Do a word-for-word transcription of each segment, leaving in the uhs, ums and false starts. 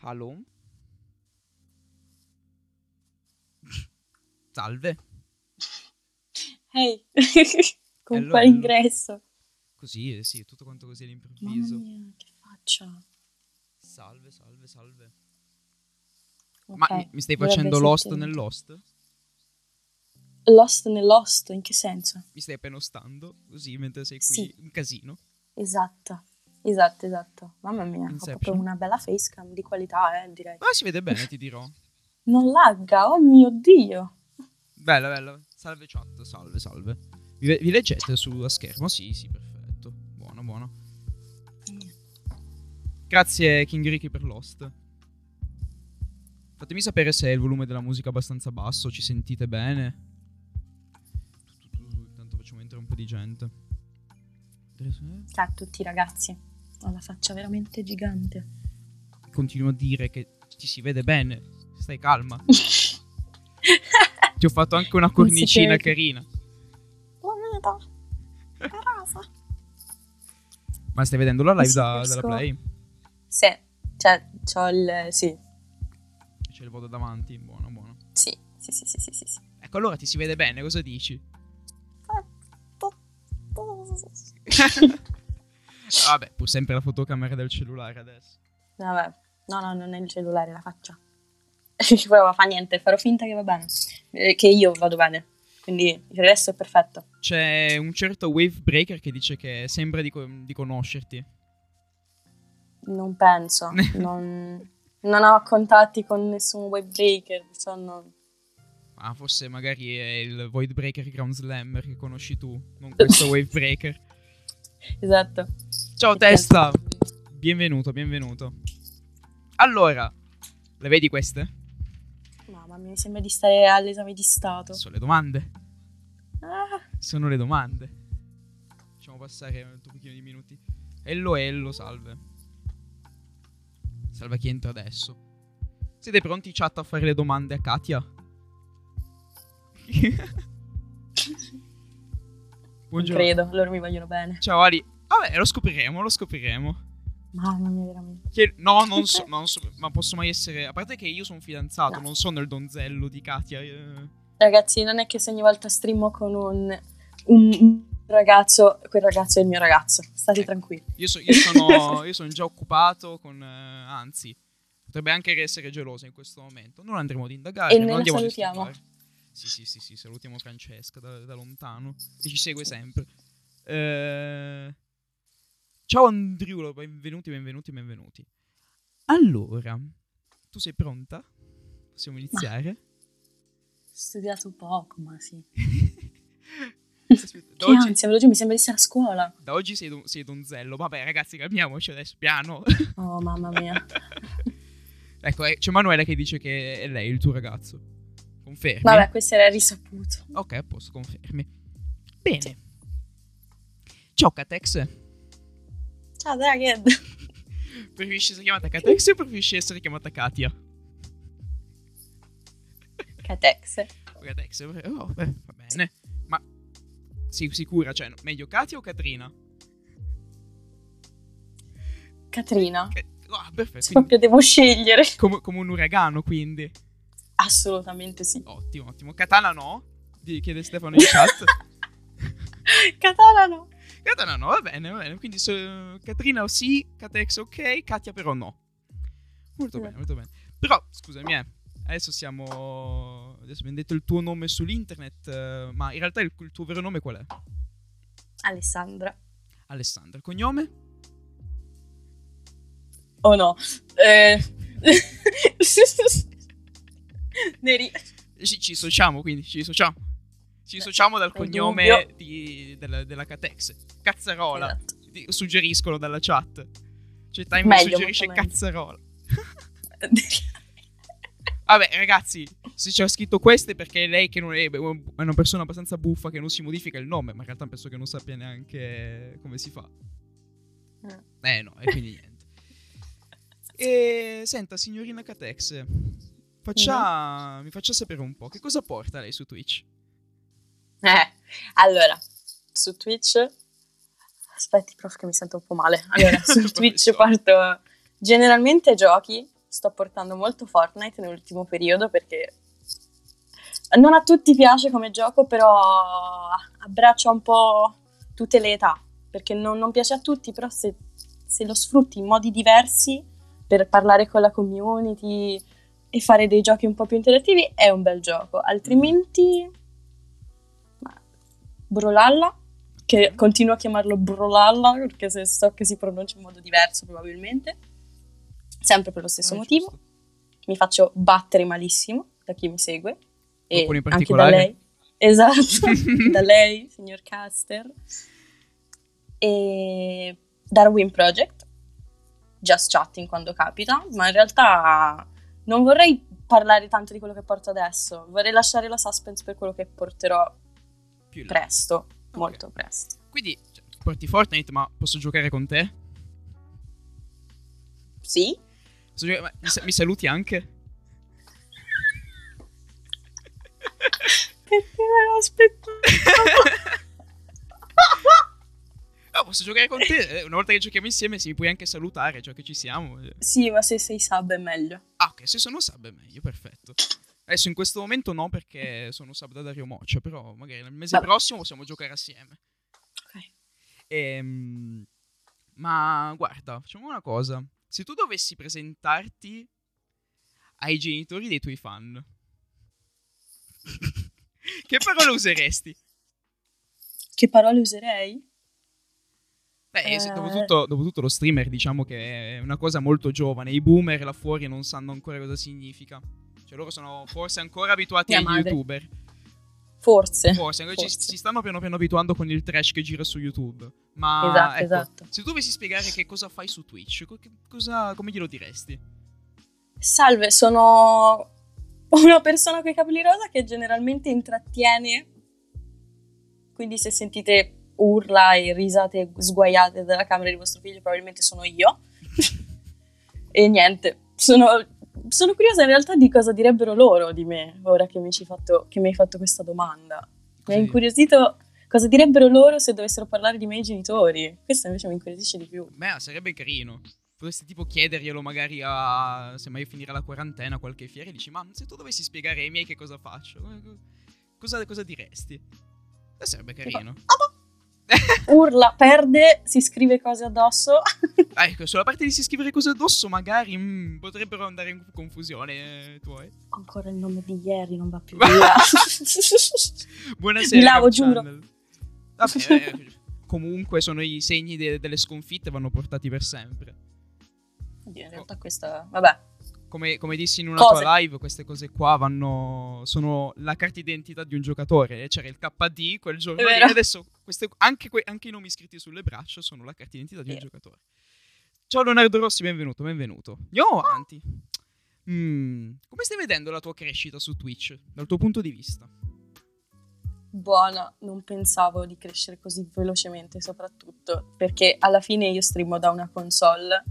Allo? Salve. Ehi, con Hello, quale hello. ingresso? Così, eh, sì, tutto quanto così all'improvviso. Mamma mia, che faccia. Salve, salve, salve. Ok, Ma mi, mi stai dovrebbe facendo essere Lost tenuto. nell'Host? Lost nell'host, in che senso? Mi stai penostando così mentre sei qui? Sì. Un casino. Esatto, esatto, esatto. Mamma mia, ho proprio Inception. una bella facecam di qualità, eh, direi. Ma si vede bene, ti dirò. Non lagga, oh mio Dio. Bella, bella. Salve chat, salve, salve. Vi, vi leggete sullo schermo? Sì, sì, perfetto. Buono, buono. Grazie King Ricky per l'host. Fatemi sapere se il volume della musica è abbastanza basso, ci sentite bene. Intanto facciamo entrare un po' di gente. Ciao a tutti ragazzi, ho la faccia veramente gigante. Continuo a dire che ci si vede bene. Stai calma. Ti ho fatto anche una cornicina Non si carina. Lo vedo. Carafa. Ma stai vedendo la live Sì, da, riesco- dalla Play? Sì, cioè, c'ho il... sì, C'è il voto davanti. Buono, buono. sì, sì, sì, sì, sì, sì, sì. Ecco, allora ti si vede bene, cosa dici? Vabbè, pur sempre la fotocamera del cellulare adesso. Vabbè, no, no, non è il cellulare, la faccia. Però fa niente, farò finta che va bene, eh, che io vado bene, quindi il resto è perfetto. C'è un certo Wave Breaker che dice che sembra di, co- di conoscerti. Non penso, non, non ho contatti con nessun web breaker, sono... Ah, forse magari è il Void Breaker Ground Slammer che conosci tu, non questo Wave Breaker. Esatto. Ciao Mi testa! Benvenuto, benvenuto. Allora, le vedi queste? Mamma mia, mi sembra di stare all'esame di Stato. Sono le domande. Ah, Sono le domande. Facciamo passare un pochino di minuti. Ello, ello, salve. Salve a chi entra adesso. Siete pronti chat a fare le domande a Katia? non Buongiorno. credo, loro mi vogliono bene. Ciao Ali. Vabbè, lo scopriremo, lo scopriremo. Mamma mia, veramente. Che- no, non so, non so, ma posso mai essere... A parte che io sono fidanzato, No. non sono il donzello di Katia. eh. Ragazzi, non è che se ogni volta streamo con un, un ragazzo, quel ragazzo è il mio ragazzo. State Ecco. tranquilli. Io, so- io sono, io sono già occupato con... eh, anzi, potrebbe anche essere gelosa in questo momento. Non andremo ad indagare, E non noi la andiamo a salutiamo. disturbare. Sì, sì, sì, sì, salutiamo Francesca da, da lontano, che ci segue sempre. Eh... Ciao Andriulo, benvenuti, benvenuti, benvenuti. Allora, tu sei pronta? Possiamo iniziare? Ho studiato poco, ma sì. Aspetta, da, Che oggi, ansia, ve lo giuro, mi sembra di stare a scuola. da oggi sei, don- sei donzello. Vabbè ragazzi, calmiamoci adesso, piano. Oh, mamma mia. Ecco, eh, c'è Manuela che dice che è lei il tuo ragazzo. Confermi? Vabbè, questo era risaputo. Ok, a posto, confermi. Bene. Ciao Catex. Ciao, Draghed. Preferisci essere chiamata Catex o preferisci essere chiamata Katia? Catex. Catex, oh, beh, va bene. Ma sei sicura? Cioè, meglio Katia o Katrina? Catrina. Che- oh, perfetto. Se quindi- proprio devo scegliere. come, come un uragano, quindi. Assolutamente sì. Ottimo, ottimo. Katana no? Ti chiede Stefano in chat. Katana no. Katana no, va bene, va bene. Quindi so, Katrina sì, Catex ok, Katia però no. Molto bene, molto bene. Però, scusami, eh, adesso siamo... Adesso abbiamo detto il tuo nome sull'internet, eh, ma in realtà il, il tuo vero nome qual è? Alessandra. Alessandra. Il cognome? Oh no. Eh... Neri. Ci, ci dissociamo, quindi, ci dissociamo. Ci dissociamo dal Nel cognome dubbio. di, della, della Catex. Cazzarola. Esatto. Ti suggeriscono dalla chat. Cioè, Time Meglio, suggerisce molto meglio. cazzarola. Vabbè, ragazzi, se c'è scritto questo è perché lei che non è, è una persona abbastanza buffa che non si modifica il nome, ma in realtà penso che non sappia neanche come si fa. Eh no, e quindi niente. E senta, signorina Catex, faccia, Mhm. mi faccia sapere un po', che cosa porta lei su Twitch? Eh, allora, su Twitch... Aspetti, prof, che mi sento un po' male. Allora, su Twitch Professore. porto generalmente giochi, sto portando molto Fortnite nell'ultimo periodo perché non a tutti piace come gioco, però abbraccia un po' tutte le età, perché non, non piace a tutti, però se, se lo sfrutti in modi diversi per parlare con la community e fare dei giochi un po' più interattivi è un bel gioco, altrimenti Brawlhalla, che continuo a chiamarlo Brawlhalla perché se so che si pronuncia in modo diverso probabilmente, sempre per lo stesso ah, motivo, giusto. Mi faccio battere malissimo da chi mi segue e in anche da lei, esatto, da lei, signor Caster, e Darwin Project, Just Chatting quando capita, ma in realtà non vorrei parlare tanto di quello che porto adesso, vorrei lasciare la suspense per quello che porterò più presto, okay. Molto presto. Quindi cioè, porti Fortnite, ma posso giocare con te? Sì. Posso giocare, ma mi, mi saluti anche? Perché me lo aspettavo? No, posso giocare con te. Una volta che giochiamo insieme, se mi puoi anche salutare, cioè che ci siamo. Sì, ma se sei sub è meglio. Ah, ok, se sono sub è meglio, perfetto. Adesso in questo momento no, perché sono sub da Dario Moccia, però magari nel mese Vabbè. prossimo possiamo giocare assieme. Ok. Ehm, ma guarda, facciamo una cosa. Se tu dovessi presentarti ai genitori dei tuoi fan, che parole useresti? Che parole userei? Beh, eh... dopo, tutto, dopo tutto lo streamer diciamo che è una cosa molto giovane. I boomer là fuori non sanno ancora cosa significa. Cioè loro sono forse ancora abituati Mia agli madre. YouTuber. Forse. Forse, forse. Ci, ci stanno piano piano abituando con il trash che gira su YouTube. Ma esatto, ecco, esatto. Se tu dovessi spiegare che cosa fai su Twitch, cosa, come glielo diresti? Salve, sono una persona con i capelli rosa che generalmente intrattiene. Quindi se sentite urla e risate sguaiate dalla camera di vostro figlio probabilmente sono io. E niente, sono, sono curiosa in realtà di cosa direbbero loro di me ora che mi, ci fatto, che mi hai fatto questa domanda. Mi ha incuriosito cosa direbbero loro se dovessero parlare di me ai genitori. Questo invece mi incuriosisce di più. Beh, sarebbe carino. Potresti tipo chiederglielo magari a, se mai finire la quarantena, qualche fiera, e dici, ma se tu dovessi spiegare ai miei che cosa faccio, cosa, cosa diresti? Eh, sarebbe carino. Urla, perde, si scrive cose addosso. Ah, ecco, sulla parte di si scrivere cose addosso magari mh, potrebbero andare in confusione eh, tuoi. Ancora il nome di ieri non va più via. Buonasera. Mi lavo, giuro. Vabbè, eh, comunque sono i segni de- delle sconfitte, vanno portati per sempre. Oddio, in realtà questa... Vabbè. Come, come dissi in una Cose. tua live, queste cose qua vanno sono la carta d'identità di un giocatore. C'era il K D quel giorno lì, e adesso queste, anche, que, anche i nomi scritti sulle braccia sono la carta d'identità di un giocatore. Ciao Leonardo Rossi, benvenuto, benvenuto. Andiamo avanti. Mm, come stai vedendo la tua crescita su Twitch, dal tuo punto di vista? Buona, non pensavo di crescere così velocemente, soprattutto perché alla fine io streamo da una console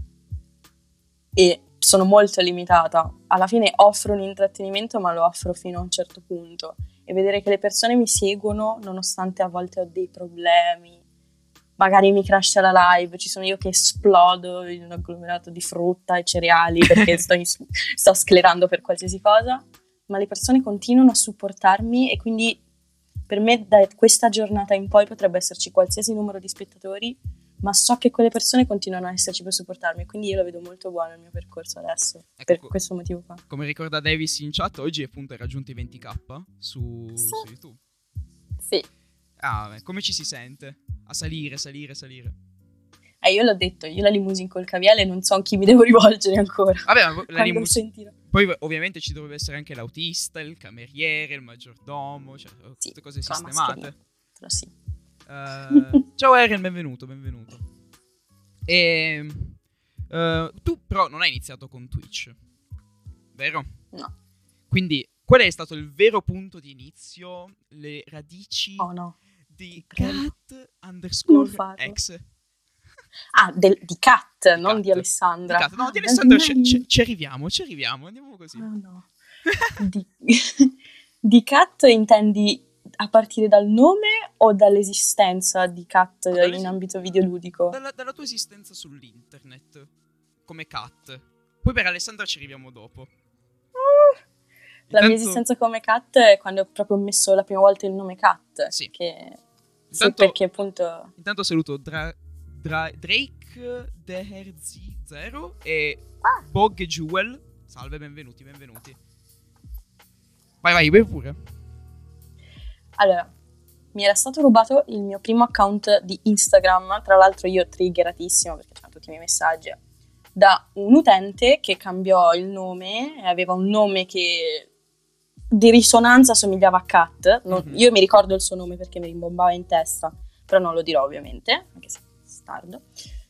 e sono molto limitata. Alla fine offro un intrattenimento, ma lo offro fino a un certo punto. E vedere che le persone mi seguono, nonostante a volte ho dei problemi, magari mi crasha la live, ci sono io che esplodo in un agglomerato di frutta e cereali perché sto, in, sto sclerando per qualsiasi cosa, ma le persone continuano a supportarmi e quindi per me da questa giornata in poi potrebbe esserci qualsiasi numero di spettatori, ma so che quelle persone continuano a esserci per supportarmi, quindi io lo vedo molto buono il mio percorso adesso, ecco, per questo motivo qua. Come ricorda Davis in chat, oggi appunto hai raggiunto i venti k su, sì. su YouTube. Sì. Ah, beh, come ci si sente? A salire, salire, salire. Eh, io l'ho detto, io la limousine col caviale non so a chi mi devo rivolgere ancora. Vabbè, ma la limousine... Poi ovviamente ci dovrebbe essere anche l'autista, il cameriere, il maggiordomo, cioè tutte sì, cose sistemate. Però sì. Uh, ciao Eren, benvenuto, benvenuto. E, uh, tu però non hai iniziato con Twitch, vero? No. Quindi qual è stato il vero punto di inizio, le radici oh, no. di Cat underscore X? Ah, del, di Cat, di non Cat. di Alessandra. Di Cat. No, di Alessandra ci, ci, ci arriviamo, ci arriviamo, andiamo così. Oh, no. di, di Cat intendi a partire dal nome o dall'esistenza di Cat in ambito videoludico? Dalla, dalla tua esistenza sull'internet, come Cat. Poi per Alessandra ci arriviamo dopo. Uh, la Intanto... mia esistenza come Kat è quando ho proprio messo la prima volta il nome Kat. Sì. Che... Intanto, sì, perché appunto... Intanto saluto Dra... Dra... Drake D R Z zero e ah. Bog e Jewel. Salve, benvenuti, benvenuti. Vai, vai, vai pure. Allora, mi era stato rubato il mio primo account di Instagram, tra l'altro io triggeratissimo perché c'erano tutti i miei messaggi, da un utente che cambiò il nome e aveva un nome che di risonanza somigliava a Kat. Non, mm-hmm. Io mi ricordo il suo nome perché mi rimbombava in testa, però non lo dirò ovviamente, anche se è stardo.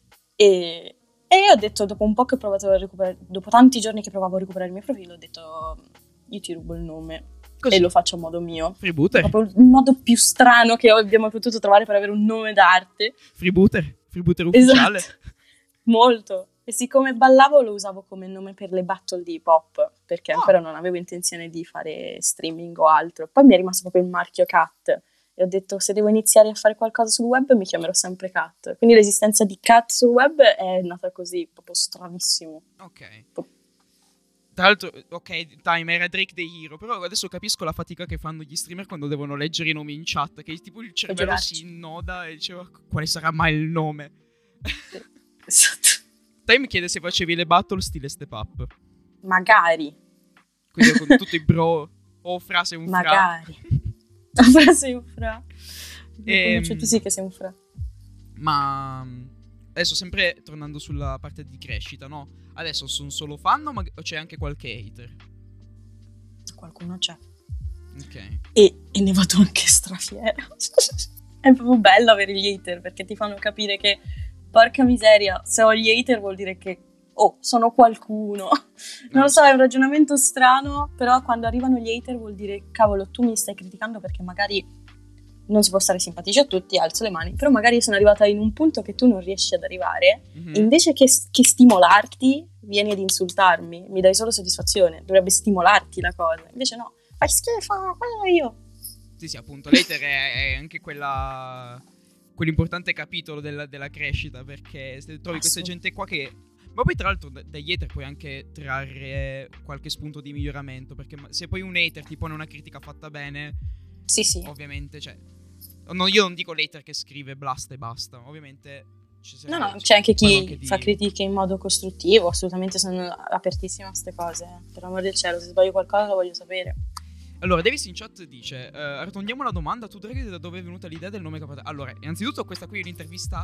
E, e io ho detto, dopo un po' che ho provato a recuperare, dopo tanti giorni che provavo a recuperare il mio profilo, ho detto, io ti rubo il nome. Così. E lo faccio a modo mio. Freebooter. Proprio il modo più strano che abbiamo potuto trovare per avere un nome d'arte. Freebooter. Freebooter ufficiale. Esatto. Molto. E siccome ballavo lo usavo come nome per le battle di hip hop, perché oh. ancora non avevo intenzione di fare streaming o altro. Poi mi è rimasto proprio il marchio Kat. E ho detto, se devo iniziare a fare qualcosa sul web mi chiamerò sempre Kat. Quindi l'esistenza di Kat sul web è nata così, proprio stranissimo. Ok. P- Tra l'altro, ok, Time era Drake the Hero, però adesso capisco la fatica che fanno gli streamer quando devono leggere i nomi in chat, che tipo il cervello si innoda e diceva quale sarà mai il nome. Esatto. Time chiede se facevi le battle stile Step Up. Magari. Quindi con tutti i bro o frase un Magari. fra. Magari. Frase un fra. E, tu sì che sei un fra. Ma... adesso sempre tornando sulla parte di crescita, no? Adesso sono solo fan o, mag- o c'è anche qualche hater? Qualcuno c'è. Ok. E, e ne vado anche strafiera. È proprio bello avere gli hater perché ti fanno capire che, porca miseria, se ho gli hater vuol dire che, oh, sono qualcuno. Non lo so, è un ragionamento strano, però quando arrivano gli hater vuol dire, cavolo, tu mi stai criticando perché magari... non si può stare simpatici a tutti, alzo le mani, però magari sono arrivata in un punto che tu non riesci ad arrivare, mm-hmm. invece che, che stimolarti, vieni ad insultarmi, mi dai solo soddisfazione, dovrebbe stimolarti la cosa, invece no, fai schifo, quello io. Sì, sì, appunto, l'hater è, è anche quella, quell'importante capitolo della, della crescita, perché se trovi questa gente qua che... Ma poi tra l'altro dagli hater puoi anche trarre qualche spunto di miglioramento, perché se poi un hater ti pone una critica fatta bene... Sì, sì. Ovviamente, cioè... No, io non dico l'hater che scrive blasta e basta. Ovviamente... Ci no, no, c'è anche chi anche di... fa critiche in modo costruttivo. Assolutamente sono apertissima a queste cose. Per amor del cielo, se sbaglio qualcosa lo voglio sapere. Allora, Davis in chat dice... Uh, arrotondiamo la domanda. Tu, Drake, da dove è venuta l'idea del nome Capata? Allora, innanzitutto questa qui è un'intervista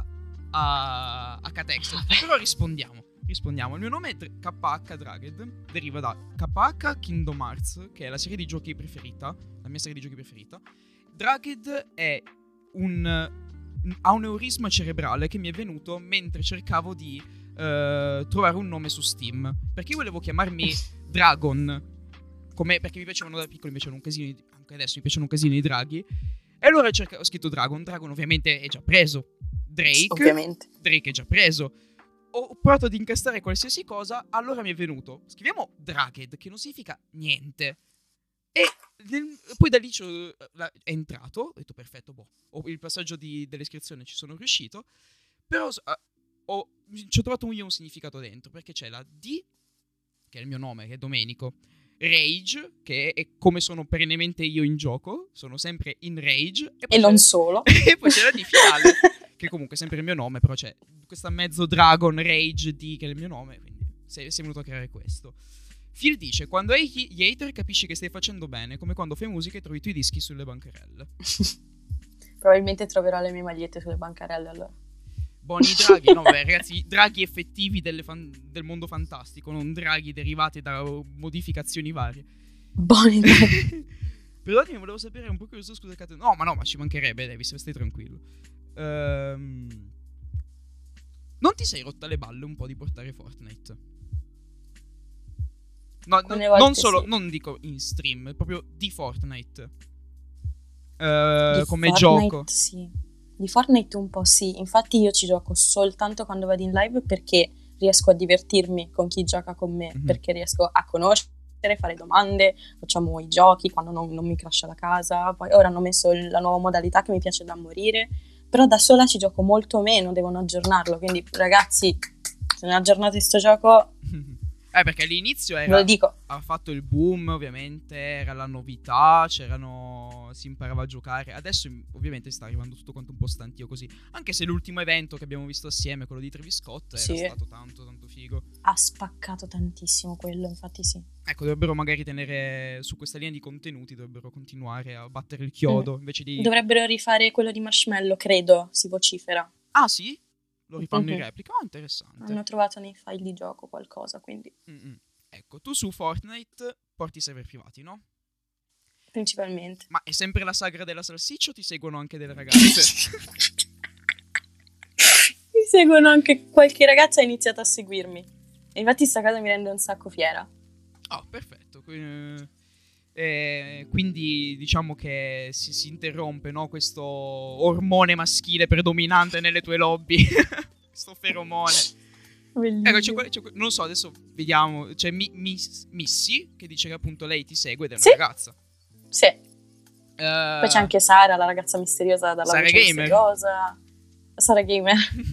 a, a Catex. Però rispondiamo. Rispondiamo. Il mio nome è K H Draged. Deriva da K H Kingdom Hearts, che è la serie di giochi preferita. La mia serie di giochi preferita. Draged è un, ha un neurisma cerebrale che mi è venuto mentre cercavo di uh, trovare un nome su Steam. Perché io volevo chiamarmi Dragon, come, perché mi piacevano da piccolo, mi piacevano un casino di, anche adesso mi piacciono un casino i draghi. E allora ho, cercato, ho scritto Dragon. Dragon ovviamente è già preso. Drake, ovviamente. Drake è già preso. Ho provato ad incastare qualsiasi cosa, allora mi è venuto. Scriviamo Draged, che non significa niente. E nel, poi da lì è entrato, ho detto perfetto, boh, ho il passaggio di, dell'iscrizione ci sono riuscito, però uh, ho, ci ho trovato io un significato dentro, perché c'è la D, che è il mio nome, che è Domenico, Rage, che è come sono perennemente io in gioco, sono sempre in rage. E, e non solo. E poi c'è la D finale, che comunque è sempre il mio nome, però c'è questa mezzo Dragon Rage D, che è il mio nome, quindi sei, sei venuto a creare questo. Phil dice, quando hai gli hater capisci che stai facendo bene, come quando fai musica e trovi i tuoi dischi sulle bancarelle. Probabilmente troverò le mie magliette sulle bancarelle allora. Buoni draghi, no beh ragazzi, draghi effettivi delle fan- del mondo fantastico, non draghi derivati da modificazioni varie. Buoni draghi. Perdonami, volevo sapere un po' cosa scusa Kate. No, ma no, ma ci mancherebbe, Davis, stai tranquillo. Ehm... Non ti sei rotta le balle un po' di portare Fortnite? No, no non solo, sì. Non dico in stream, proprio di Fortnite. Uh, di come Fortnite, gioco. Sì. Di Fortnite un po' sì. Infatti io ci gioco soltanto quando vado in live perché riesco a divertirmi con chi gioca con me, mm-hmm. perché riesco a conoscere, fare domande, facciamo i giochi quando non, non mi crasha la casa. Poi ora hanno messo la nuova modalità che mi piace da morire, però da sola ci gioco molto meno, devono aggiornarlo, quindi ragazzi, se non aggiornate sto gioco Eh, perché all'inizio Ve era, lo dico. ha fatto il boom, ovviamente, era la novità, c'erano, si imparava a giocare. Adesso im- ovviamente sta arrivando tutto quanto un po' stantio così. Anche se l'ultimo evento che abbiamo visto assieme, quello di Travis Scott, era Sì. stato tanto, tanto figo. Ha spaccato tantissimo quello, infatti sì. Ecco, dovrebbero magari tenere su questa linea di contenuti, dovrebbero continuare a battere il chiodo, Mm. invece di... Dovrebbero rifare quello di Marshmallow, credo, si vocifera. Ah, sì? Lo rifanno in Mhm. replica? Ah, interessante. Hanno trovato nei file di gioco qualcosa, quindi Mm-mm. Ecco, tu su Fortnite porti i server privati, no? principalmente. Ma è sempre la sagra della salsiccia o ti seguono anche delle ragazze? Mi seguono anche qualche ragazza ha iniziato a seguirmi. E infatti sta cosa mi rende un sacco fiera. Oh, perfetto. Qui- eh, quindi diciamo che si, si interrompe, no? Questo ormone maschile predominante nelle tue lobby. Questo feromone. Bellissimo. Ecco, c'è que- c'è que- non so, adesso vediamo. C'è Mi- Miss- Missy che dice che appunto lei ti segue ed è una Sì. ragazza. Sì. Eh, Poi c'è anche Sara, la ragazza misteriosa dalla Sara voce Gamer. misteriosa. Sara Gamer.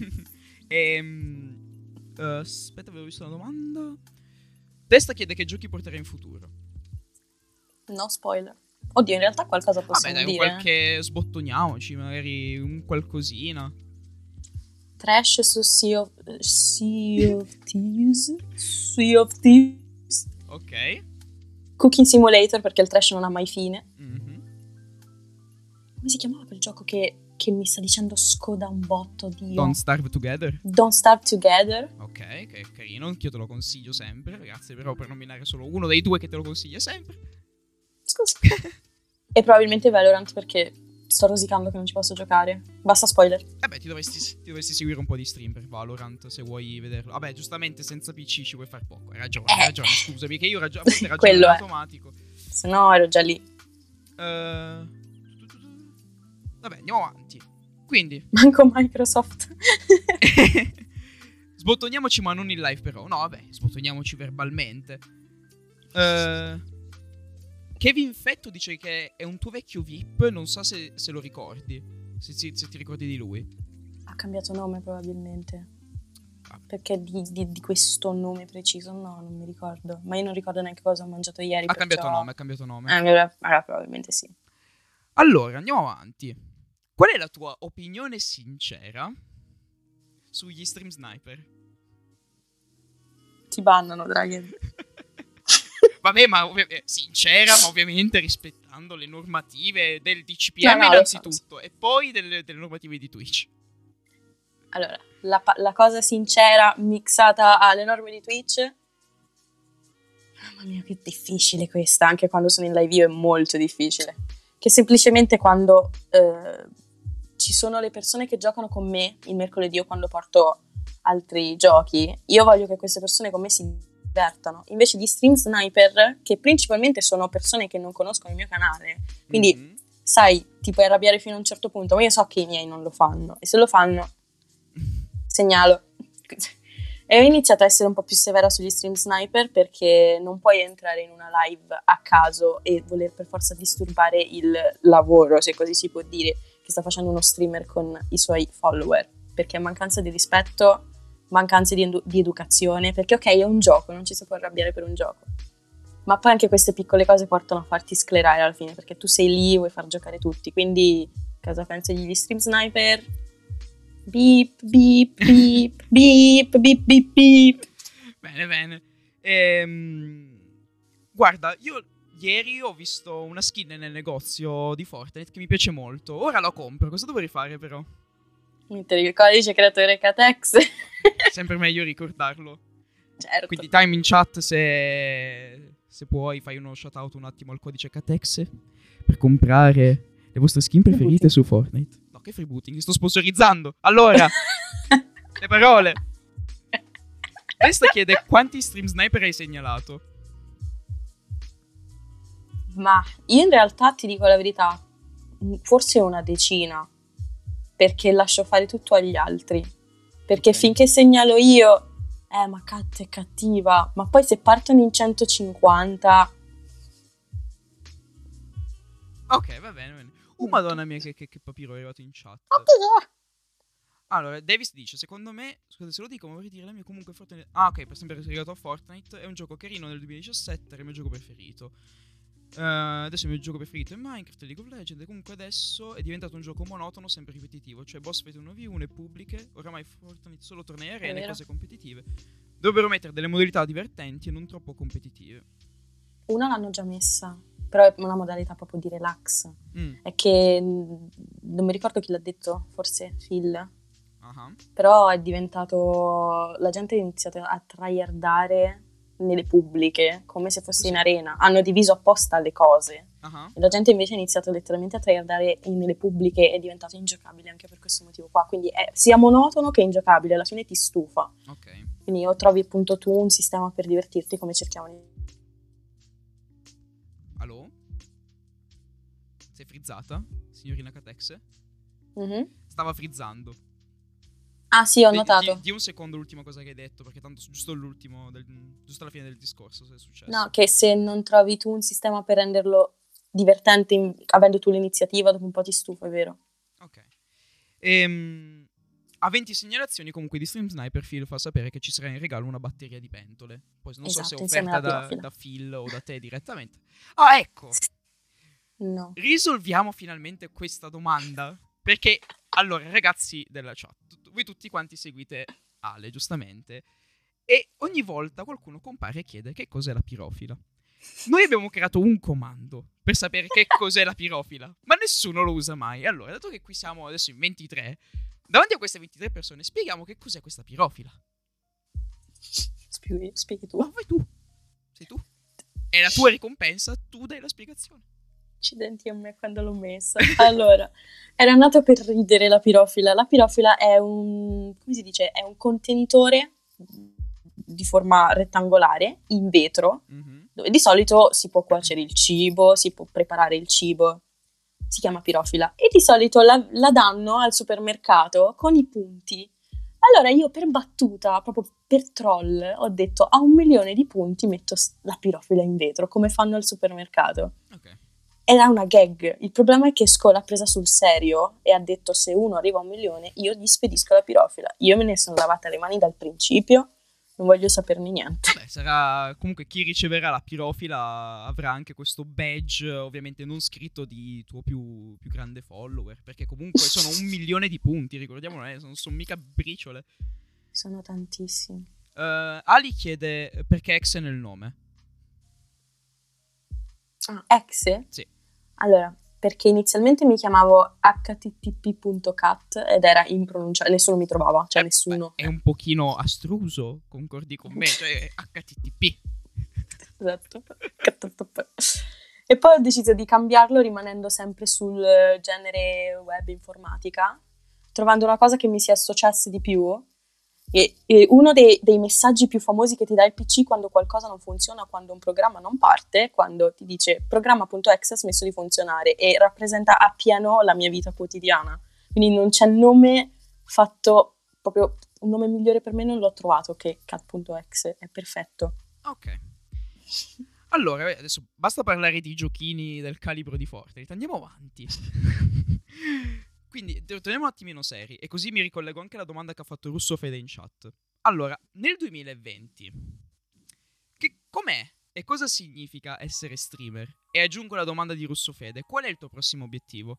Ehm, eh, aspetta, avevo visto una domanda. Testa chiede che giochi porterà in futuro. No spoiler. Oddio, in realtà qualcosa Vabbè, possiamo dai, un dire. qualche sbottoniamoci, magari un qualcosina. Trash su Sea of, sea of Thieves. Sea of Thieves. Ok. Cooking Simulator, perché il trash non ha mai fine. Mhm. Come si chiamava quel gioco che, che mi sta dicendo scoda un botto, Dio? Don't Starve Together. Don't Starve Together. Ok, che è carino, anch'io te lo consiglio sempre, ragazzi, però per nominare solo uno dei due che te lo consiglia sempre. Scusa. E probabilmente Valorant, perché sto rosicando che non ci posso giocare. Basta spoiler. Eh beh, ti dovresti, ti dovresti seguire un po' di stream per Valorant se vuoi vederlo. Vabbè, giustamente senza P C ci vuoi far poco. Hai ragione, hai Eh. ragione, scusami, che io ragio- a volte ragiono Quello in è. automatico. Se no ero già lì. Eh, Vabbè, andiamo avanti. Quindi, Manco Microsoft. sbottoniamoci ma non in live però. No, vabbè, sbottoniamoci verbalmente. Eh, Kevin Fetto dice che è un tuo vecchio V I P, non so se, se lo ricordi. Se, se- se ti ricordi di lui. Ha cambiato nome probabilmente. Ah. Perché di, di- di questo nome preciso no, non mi ricordo. Ma io non ricordo neanche cosa ho mangiato ieri. Ha cambiato perciò- nome, ha cambiato nome. Eh, allora, allora, probabilmente sì. Allora, andiamo avanti. Qual è la tua opinione sincera sugli stream sniper? Ti bannano, Dragon. Vabbè, ma ovvi- eh, sincera, ma ovviamente rispettando le normative del D C P M No, no, lo so, innanzitutto e poi delle, delle normative di Twitch. Allora, la, pa- la cosa sincera mixata alle norme di Twitch. Mamma mia, che difficile questa. Anche quando sono in live io è molto difficile. Che semplicemente quando eh, ci sono le persone che giocano con me il mercoledì o quando porto altri giochi, io voglio che queste persone con me si divertano. Invece di stream sniper, che principalmente sono persone che non conoscono il mio canale, quindi Mhm. sai, ti puoi arrabbiare fino a un certo punto, ma io so che i miei non lo fanno. E se lo fanno, segnalo. E ho iniziato a essere un po' più severa sugli stream sniper perché non puoi entrare in una live a caso e voler per forza disturbare il lavoro, se così si può dire, che sta facendo uno streamer con i suoi follower. Perché è mancanza di rispetto, mancanza di, edu- di educazione, perché ok, è un gioco, non ci si può arrabbiare per un gioco. Ma poi anche queste piccole cose portano a farti sclerare alla fine, perché tu sei lì, vuoi far giocare tutti. Quindi, cosa pensi degli stream sniper? Beep, beep, beep, beep, beep, beep, beep. Bene, bene. Ehm, guarda, io ieri ho visto una skin nel negozio di Fortnite che mi piace molto. Ora la compro. Cosa devo rifare però? Mettere il codice creatore Catex. È sempre meglio ricordarlo. Certo. Quindi time in chat se, se puoi fai uno shout out un attimo al codice Catex per comprare le vostre skin preferite Freebooting. su Fortnite. No, che freebooting, sto sponsorizzando. Allora, le parole. Questa chiede quanti stream sniper hai segnalato. Ma io in realtà ti dico la verità, forse una decina, perché lascio fare tutto agli altri. Perché Ok. finché segnalo io, eh ma Cat è cattiva, ma poi se partono in centocinquanta, Ok, va bene, va bene. Oh madonna mia che, che, che papiro è arrivato in chat. Allora, Davis dice, secondo me, scusate se lo dico, ma vorrei dire la mia comunque Fortnite... Ah, ok, per sempre legato a Fortnite, è un gioco carino nel duemiladiciassette, era il mio gioco preferito. Uh, adesso il mio gioco preferito è Minecraft e League of Legends, e comunque adesso è diventato un gioco monotono, sempre ripetitivo, cioè boss fight uno vu uno e pubbliche, oramai Fortnite solo tornei arene e cose competitive. Dovrebbero mettere delle modalità divertenti e non troppo competitive. Una l'hanno già messa, però è una modalità proprio di relax. Mm. È che non mi ricordo chi l'ha detto, forse Phil. Uh-huh. Però è diventato, la gente ha iniziato a tryhardare nelle pubbliche come se fosse Così. in arena, hanno diviso apposta le cose. Uh-huh. E la gente invece ha iniziato letteralmente a tryhardare nelle pubbliche, è diventato ingiocabile anche per questo motivo qua, quindi è sia monotono che ingiocabile, alla fine ti stufa. Ok. Quindi o trovi appunto tu un sistema per divertirti come cerchiamo di... Allo? Sei frizzata, signorina Catex? Mm-hmm. Stava frizzando. Ah sì, ho di, notato. Di, di un secondo l'ultima cosa che hai detto, perché tanto giusto l'ultimo, del, giusto alla fine del discorso se è successo. No, che se non trovi tu un sistema per renderlo divertente, in, avendo tu l'iniziativa, dopo un po' ti stufa, è vero? Ok. Ehm, a venti segnalazioni comunque di Stream Sniper, Phil fa sapere che ci sarà in regalo una batteria di pentole. Poi non esatto, so se è offerta da, da Phil o da te direttamente. Ah, ecco! No. Risolviamo finalmente questa domanda. Perché, allora, ragazzi della chat, voi tutti quanti seguite Ale, giustamente, e ogni volta qualcuno compare e chiede che cos'è la pirofila. Noi abbiamo creato un comando per sapere che cos'è la pirofila, ma nessuno lo usa mai. Allora, dato che qui siamo adesso in ventitré, davanti a queste ventitré persone spieghiamo che cos'è questa pirofila. Spieghi, spieghi tu. Ma vai tu, sei tu. È la tua ricompensa, tu dai la spiegazione. Accidenti a me quando l'ho messa. Allora, era nata per ridere la pirofila. La pirofila è un, come si dice, è un contenitore di forma rettangolare in vetro, mm-hmm. dove di solito si può cuocere il cibo, si può preparare il cibo. Si chiama pirofila. E di solito la, la danno al supermercato con i punti. Allora io per battuta, proprio per troll, ho detto a un milione di punti metto la pirofila in vetro, come fanno al supermercato. Ok. Era una gag. Il problema è che Sko l'ha presa sul serio e ha detto se uno arriva a un milione io gli spedisco la pirofila. Io me ne sono lavata le mani dal principio, non voglio saperne niente. Beh, sarà comunque chi riceverà la pirofila avrà anche questo badge, ovviamente non scritto, di tuo più, più grande follower, perché comunque sono un milione di punti, ricordiamolo, eh, non sono mica briciole. Sono tantissimi. Uh, Ali chiede perché Exe nel nome. Ah, Exe? Sì. Allora, perché inizialmente mi chiamavo h t t p punto cat ed era impronunciabile, nessuno mi trovava, cioè eh, nessuno. Beh, è un pochino astruso, concordi con me, cioè H T T P. Esatto. E poi ho deciso di cambiarlo rimanendo sempre sul genere web informatica, trovando una cosa che mi si associasse di più. E, e uno dei, dei messaggi più famosi che ti dà il P C quando qualcosa non funziona, quando un programma non parte, quando ti dice programma.exe ha smesso di funzionare, e rappresenta appieno la mia vita quotidiana. Quindi non c'è nome fatto, proprio un nome migliore per me non l'ho trovato che cat.exe, è perfetto. Ok. Allora, adesso basta parlare di giochini del calibro di Fortnite, andiamo avanti. Quindi torniamo un attimino seri, e così mi ricollego anche alla domanda che ha fatto Russo Fede in chat. Allora, nel duemilaventi, che com'è e cosa significa essere streamer? E aggiungo la domanda di Russo Fede, qual è il tuo prossimo obiettivo?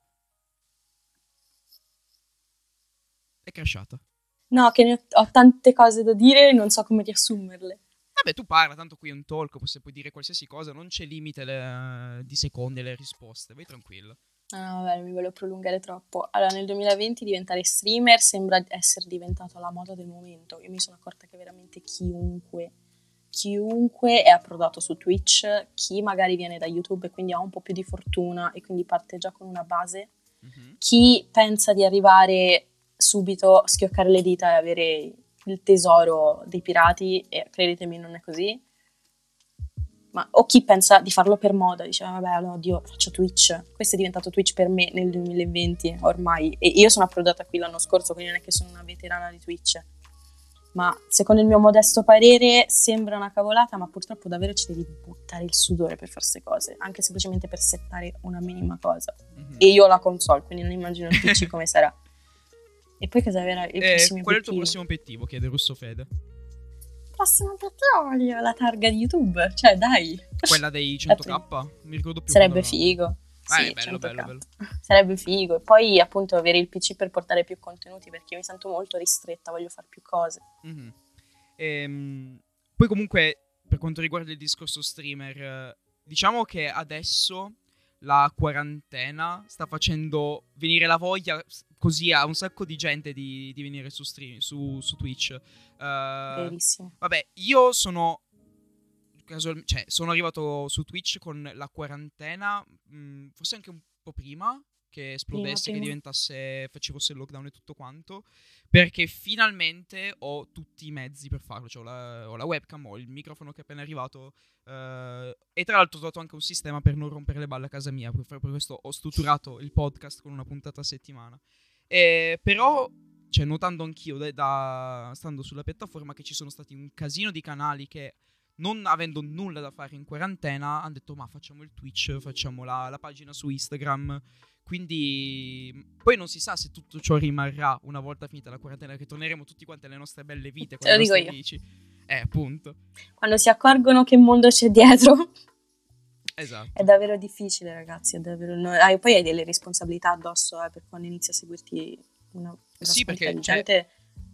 È crashata. No, che ne ho, ho tante cose da dire e non so come riassumerle. Vabbè, tu parla, tanto qui è un talk, puoi dire qualsiasi cosa, non c'è limite le, di secondi alle risposte, vai tranquillo. Ah, vabbè, non mi voglio prolungare troppo. Allora, nel duemilaventi diventare streamer sembra essere diventato la moda del momento. Io mi sono accorta che veramente chiunque, chiunque è approdato su Twitch, chi magari viene da YouTube e quindi ha un po' più di fortuna e quindi parte già con una base, mm-hmm. chi pensa di arrivare subito, schioccare le dita e avere il tesoro dei pirati, e credetemi non è così. Ma, o chi pensa di farlo per moda, dice vabbè, allora, oddio, faccio Twitch. Questo è diventato Twitch per me nel duemilaventi ormai, e io sono approdata qui l'anno scorso, quindi non è che sono una veterana di Twitch, ma secondo il mio modesto parere sembra una cavolata, ma purtroppo davvero ci devi buttare il sudore per fare queste cose, anche semplicemente per settare una minima cosa. Mm-hmm. E io ho la console, quindi non immagino il P C come sarà. E poi cosa era il Eh, prossimo qual è il tuo obiettivo? prossimo obiettivo? Chiede Russo Fede. Prossimo obiettivo, la targa di YouTube. Cioè, dai. Quella dei La cento prima. k? Mi ricordo più. Sarebbe quando avevamo- figo. Ah, Sì, è bello, bello, bello. cento k. Sarebbe figo. E poi appunto avere il P C per portare più contenuti, perché io mi sento molto ristretta, voglio fare più cose. Mhm. Ehm, poi comunque, per quanto riguarda il discorso streamer, eh, diciamo che adesso la quarantena sta facendo venire la voglia s- così a un sacco di gente di, di venire su stream, su, su Twitch. Eh, Verissimo. vabbè, io sono casual- cioè, sono arrivato su Twitch con la quarantena, mh, forse anche un po' prima che esplodesse, Prima, che prima. diventasse, ci fosse il lockdown e tutto quanto, perché finalmente ho tutti i mezzi per farlo, cioè ho la, ho la webcam, ho il microfono che è appena arrivato, eh, e tra l'altro ho trovato anche un sistema per non rompere le balle a casa mia, per, per questo ho strutturato il podcast con una puntata a settimana. E, però, cioè, notando anch'io, da, da- stando sulla piattaforma, che ci sono stati un casino di canali che, non avendo nulla da fare in quarantena, hanno detto ma facciamo il Twitch, facciamo la, la pagina su Instagram. Quindi poi non si sa se tutto ciò rimarrà una volta finita la quarantena, che torneremo tutti quanti alle nostre belle vite con Te i lo dico nostri io. amici. Eh, appunto. Quando si accorgono che mondo c'è dietro Esatto. è davvero difficile, ragazzi. È davvero... no- ah, e poi hai delle responsabilità addosso, eh, per quando inizi a seguirti una Sì, grossa quantità perché, di cioè- gente.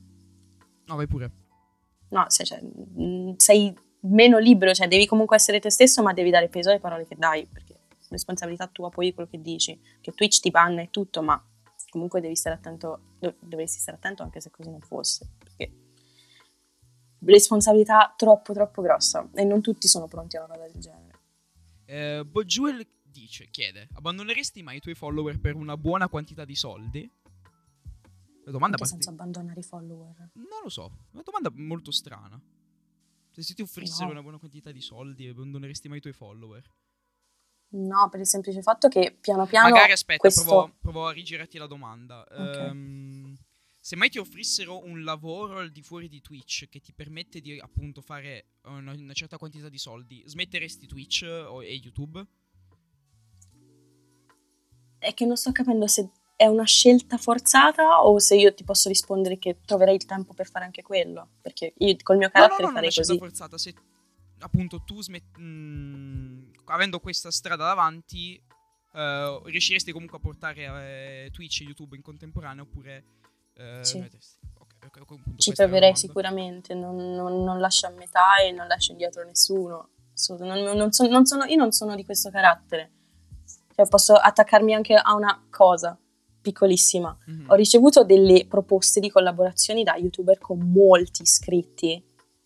No, vai pure. No, se- cioè, mh, sei meno libero, cioè devi comunque essere te stesso, ma devi dare peso alle parole che dai, perché responsabilità tua poi quello che dici, che Twitch ti banna e tutto, ma comunque devi stare attento, dov- dovresti stare attento anche se così non fosse, perché responsabilità troppo troppo grossa e non tutti sono pronti a una cosa del genere. Eh, Bojuel dice, chiede, abbandoneresti mai i tuoi follower per una buona quantità di soldi? La domanda In che parti- senso abbandonare i follower? Non lo so, una domanda molto strana. Se si ti offrissero No. una buona quantità di soldi, abbandoneresti mai i tuoi follower? No, per il semplice fatto che piano piano Magari aspetta, questo... provo, provo a rigirarti la domanda. Ok. Ehm, se mai ti offrissero un lavoro al di fuori di Twitch che ti permette di appunto fare una, una certa quantità di soldi, smetteresti Twitch o, e YouTube? È che non sto capendo se è una scelta forzata o se io ti posso rispondere che troverai il tempo per fare anche quello, perché io col mio No, no, carattere no, non è una farei scelta così. forzata. Se appunto tu smet- mh, avendo questa strada davanti, eh, riusciresti comunque a portare eh, Twitch e YouTube in contemporanea oppure eh, Sì. smetteresti? Ok, ok, ok, appunto, Ci questa è la proverei domanda. sicuramente, non, non- non lascio a metà e non lascio indietro nessuno. Assolut- non- non so- non sono- io non sono di questo carattere. Cioè, posso attaccarmi anche a una cosa piccolissima. Mhm. Ho ricevuto delle proposte di collaborazioni da YouTuber con molti iscritti.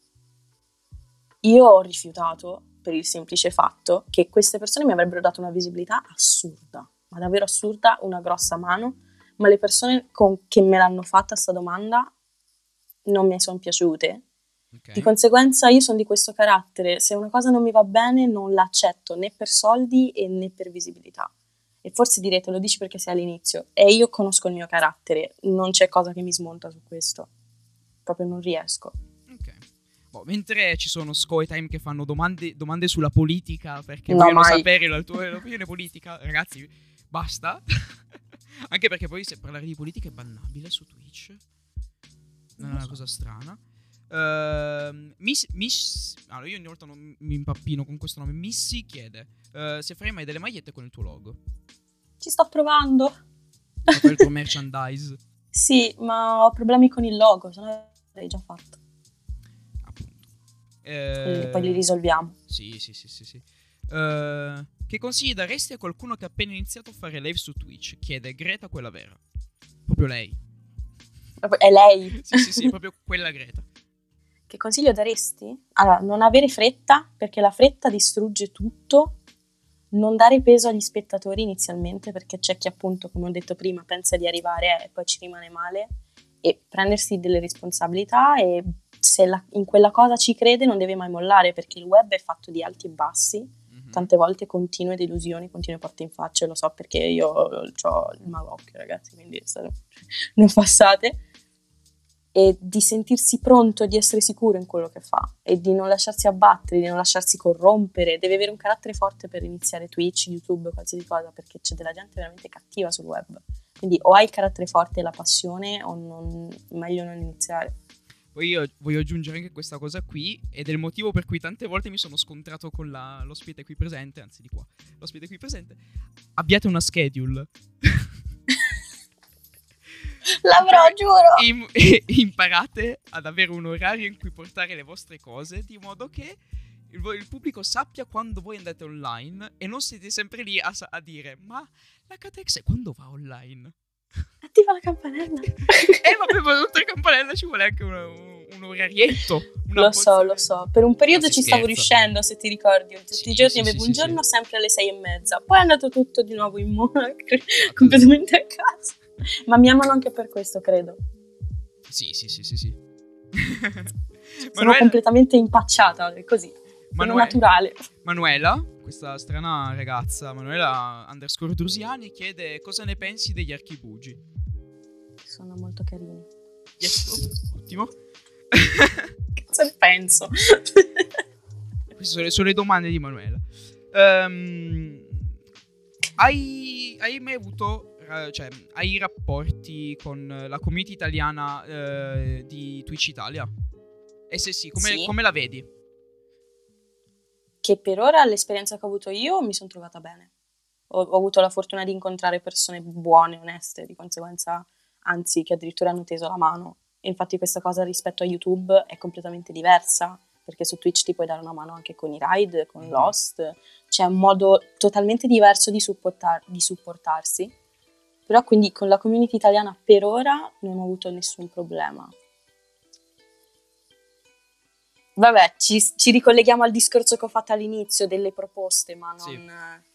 Io ho rifiutato per il semplice fatto che queste persone mi avrebbero dato una visibilità assurda, ma davvero assurda, una grossa mano, ma le persone con- che me l'hanno fatta sta domanda non mi sono piaciute. Ok. Di conseguenza io sono di questo carattere, se una cosa non mi va bene non l'accetto né per soldi e né per visibilità. E forse direte, lo dici perché sei all'inizio, e io conosco il mio carattere, non c'è cosa che mi smonta su questo, proprio non riesco. Ok. Boh, mentre ci sono Scoy Time che fanno domande, domande sulla politica perché No, vogliono mai. sapere la tua l'opinione politica, ragazzi, basta. Anche perché poi se parlare di politica è bannabile su Twitch. Non è una cosa strana. Ehm, Miss, Miss allora io ogni volta non mi impappino con questo nome. Missy chiede eh, se farai mai delle magliette con il tuo logo. Ci sto provando. Per fare il tuo merchandise. Sì, ma ho problemi con il logo, se no l'avrei già fatto. Appunto. Quelli Eh, poi li risolviamo. Sì, sì, sì, sì, sì. Eh, che consigli daresti a qualcuno che ha appena iniziato a fare live su Twitch? Chiede Greta, quella vera. Proprio lei. Proprio- È lei. Sì, sì, sì, proprio quella Greta. Che consiglio daresti? Allora, non avere fretta, perché la fretta distrugge tutto. Non dare peso agli spettatori inizialmente, perché c'è chi appunto, come ho detto prima, pensa di arrivare e poi ci rimane male. E prendersi delle responsabilità e se la- in quella cosa ci crede non deve mai mollare, perché il web è fatto di alti e bassi, Mhm. tante volte continue delusioni, continue porte in faccia, lo so perché io ho il malocchio, ragazzi, quindi state- ne ho passate. E di sentirsi pronto, di essere sicuro in quello che fa e di non lasciarsi abbattere, di non lasciarsi corrompere. Deve avere un carattere forte per iniziare Twitch, YouTube, qualsiasi cosa, perché c'è della gente veramente cattiva sul web, Quindi o hai il carattere forte e la passione o non, meglio non iniziare. Poi io voglio aggiungere anche questa cosa qui, ed è il motivo per cui tante volte mi sono scontrato con la, l'ospite qui presente, anzi di qua, l'ospite qui presente. Abbiate una schedule. L'avrò, giuro! Im- imparate ad avere un orario in cui portare le vostre cose, di modo che il, il pubblico sappia quando voi andate online e non siete sempre lì a, a dire ma la Catex quando va online? Attiva la campanella. Eh vabbè, ma oltre a campanella ci vuole anche un, un, un orarietto. Lo so, lo so. Per un periodo no, ci scherza. stavo riuscendo, se ti ricordi. Tutti sì, i giorni sì, avevo sì, un sì, giorno sì. sempre alle sei e mezza. Poi è andato tutto di nuovo in moda, completamente a caso. Ma mi amano anche per questo, credo. Sì, sì, sì, sì, sì. Sono Manuela... completamente impacciata, così. Sono Manue... naturale. Manuela, questa strana ragazza, Manuela underscore Drusiani, chiede cosa ne pensi degli archibugi. Sono molto carini. Yes, ottimo. Cosa ne penso? Queste sono le, sono le domande di Manuela. Um, hai, hai mai avuto, uh, cioè, hai rapporti con la community italiana uh, di Twitch Italia? E se sì, come, sì. come la vedi? Che per ora l'esperienza che ho avuto io mi sono trovata bene. Ho, ho avuto la fortuna di incontrare persone buone, oneste, di conseguenza, anzi, che addirittura hanno teso la mano. E infatti questa cosa rispetto a YouTube è completamente diversa, perché su Twitch ti puoi dare una mano anche con i raid, con Lost. C'è un modo totalmente diverso di, supportar- di supportarsi. Però quindi con la community italiana per ora non ho avuto nessun problema. Vabbè, ci, ci ricolleghiamo al discorso che ho fatto all'inizio delle proposte, ma non, Sì.